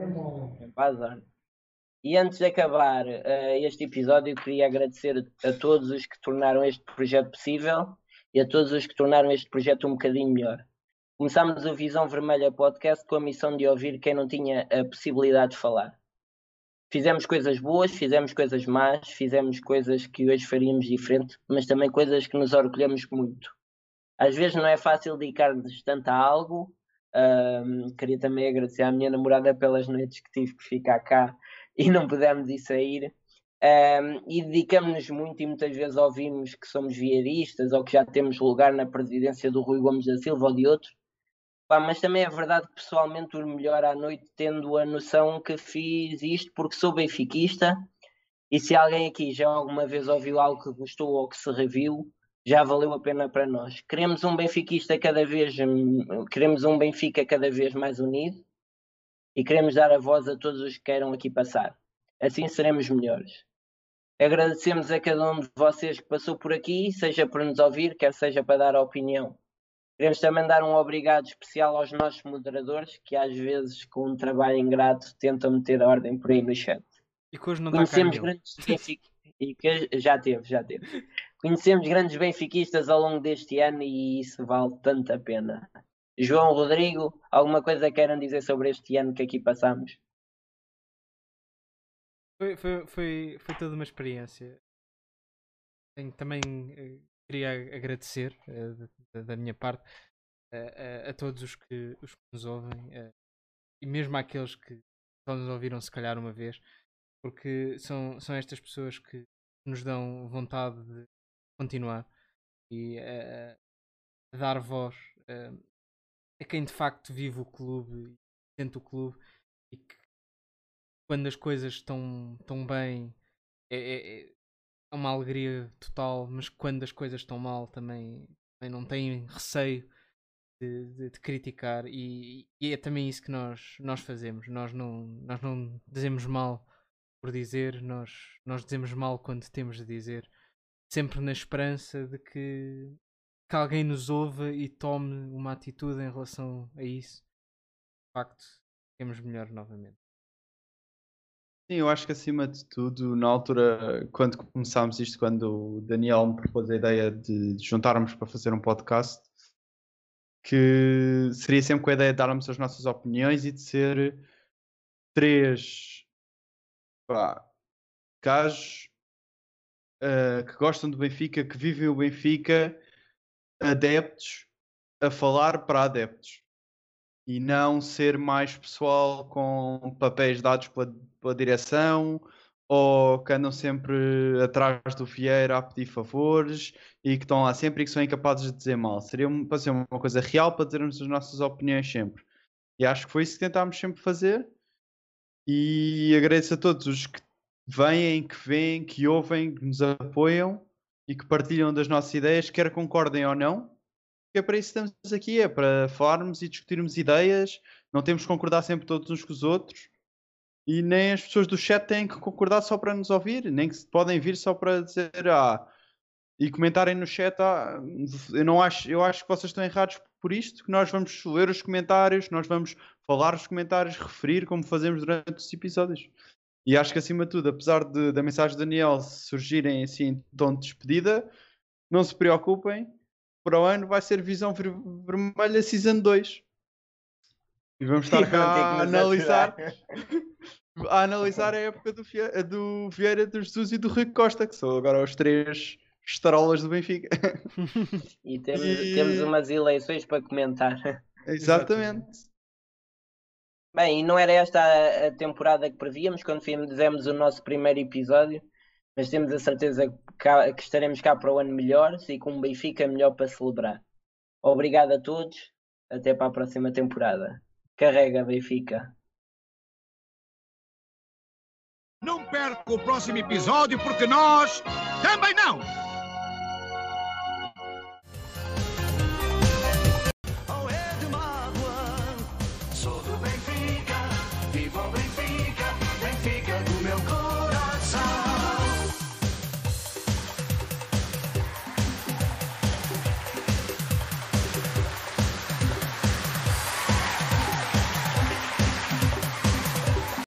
Speaker 2: E antes de acabar este episódio, queria agradecer a todos os que tornaram este projeto possível e a todos os que tornaram este projeto um bocadinho melhor. Começámos o Visão Vermelha Podcast com a missão de ouvir quem não tinha a possibilidade de falar. Fizemos coisas boas, fizemos coisas más, fizemos coisas que hoje faríamos diferente, mas também coisas que nos orgulhamos muito. Às vezes não é fácil dedicar-nos tanto a algo. Queria também agradecer à minha namorada pelas noites que tive que ficar cá e não pudemos ir sair. E dedicamos-nos muito e muitas vezes ouvimos que somos vieiristas ou que já temos lugar na presidência do Rui Gomes da Silva ou de outros. Mas também é verdade que pessoalmente durmo melhor à noite tendo a noção que fiz isto porque sou benfiquista, e se alguém aqui já alguma vez ouviu algo que gostou ou que se reviu, já valeu a pena para nós. Queremos um benfiquista queremos um Benfica cada vez mais unido e queremos dar a voz a todos os que queiram aqui passar. Assim seremos melhores. Agradecemos a cada um de vocês que passou por aqui, seja por nos ouvir, quer seja para dar a opinião. Queremos também dar um obrigado especial aos nossos moderadores, que às vezes, com um trabalho ingrato, tentam meter a ordem por aí no chat.
Speaker 1: E que hoje não está cá
Speaker 2: grandes e que já teve. Conhecemos grandes benfiquistas ao longo deste ano e isso vale tanto a pena. João, Rodrigo, alguma coisa queiram dizer sobre este ano que aqui passamos?
Speaker 1: Foi toda uma experiência. Também queria agradecer da minha parte a todos os que nos ouvem e mesmo àqueles que só nos ouviram se calhar uma vez, porque são estas pessoas que nos dão vontade de continuar e a dar voz a quem de facto vive o clube e sente o clube, e que quando as coisas estão bem é uma alegria total, mas quando as coisas estão mal também não têm receio de criticar, e é também isso que nós fazemos. Nós não dizemos mal por dizer, nós dizemos mal quando temos de dizer, sempre na esperança de que alguém nos ouva e tome uma atitude em relação a isso. De facto, temos melhor novamente.
Speaker 4: Sim, eu acho que acima de tudo, na altura, quando começámos isto, quando o Daniel me propôs a ideia de juntarmos para fazer um podcast, que seria sempre com a ideia de darmos as nossas opiniões e de ser 3 gajos que gostam do Benfica, que vivem o Benfica, adeptos, a falar para adeptos. E não ser mais pessoal com papéis dados pela direção, ou que andam sempre atrás do Vieira a pedir favores e que estão lá sempre e que são incapazes de dizer mal. Seria para ser uma coisa real, para dizermos as nossas opiniões sempre. E acho que foi isso que tentámos sempre fazer. E agradeço a todos os que vêm, que veem, que ouvem, que nos apoiam e que partilham das nossas ideias, quer concordem ou não. Que é para isso que estamos aqui, é para falarmos e discutirmos ideias, não temos que concordar sempre todos uns com os outros, e nem as pessoas do chat têm que concordar só para nos ouvir, nem que podem vir só para dizer e comentarem no chat, eu acho que vocês estão errados por isto, que nós vamos ler os comentários, nós vamos falar os comentários, referir como fazemos durante os episódios. E acho que acima de tudo, apesar da mensagem do Daniel surgirem assim em tom de despedida, não se preocupem, para o ano vai ser Visão Vermelha Season 2. E vamos estar cá a analisar a época do Vieira, do Jesus e do Rui Costa, que são agora os 3 estarolas do Benfica.
Speaker 2: E temos umas eleições para comentar.
Speaker 4: Exatamente.
Speaker 2: Bem, e não era esta a temporada que prevíamos quando fizemos o nosso primeiro episódio, mas temos a certeza que estaremos cá para o ano melhor e com um Benfica melhor para celebrar. Obrigado a todos, até para a próxima temporada. Carrega, Benfica.
Speaker 8: Não perca o próximo episódio porque nós também não!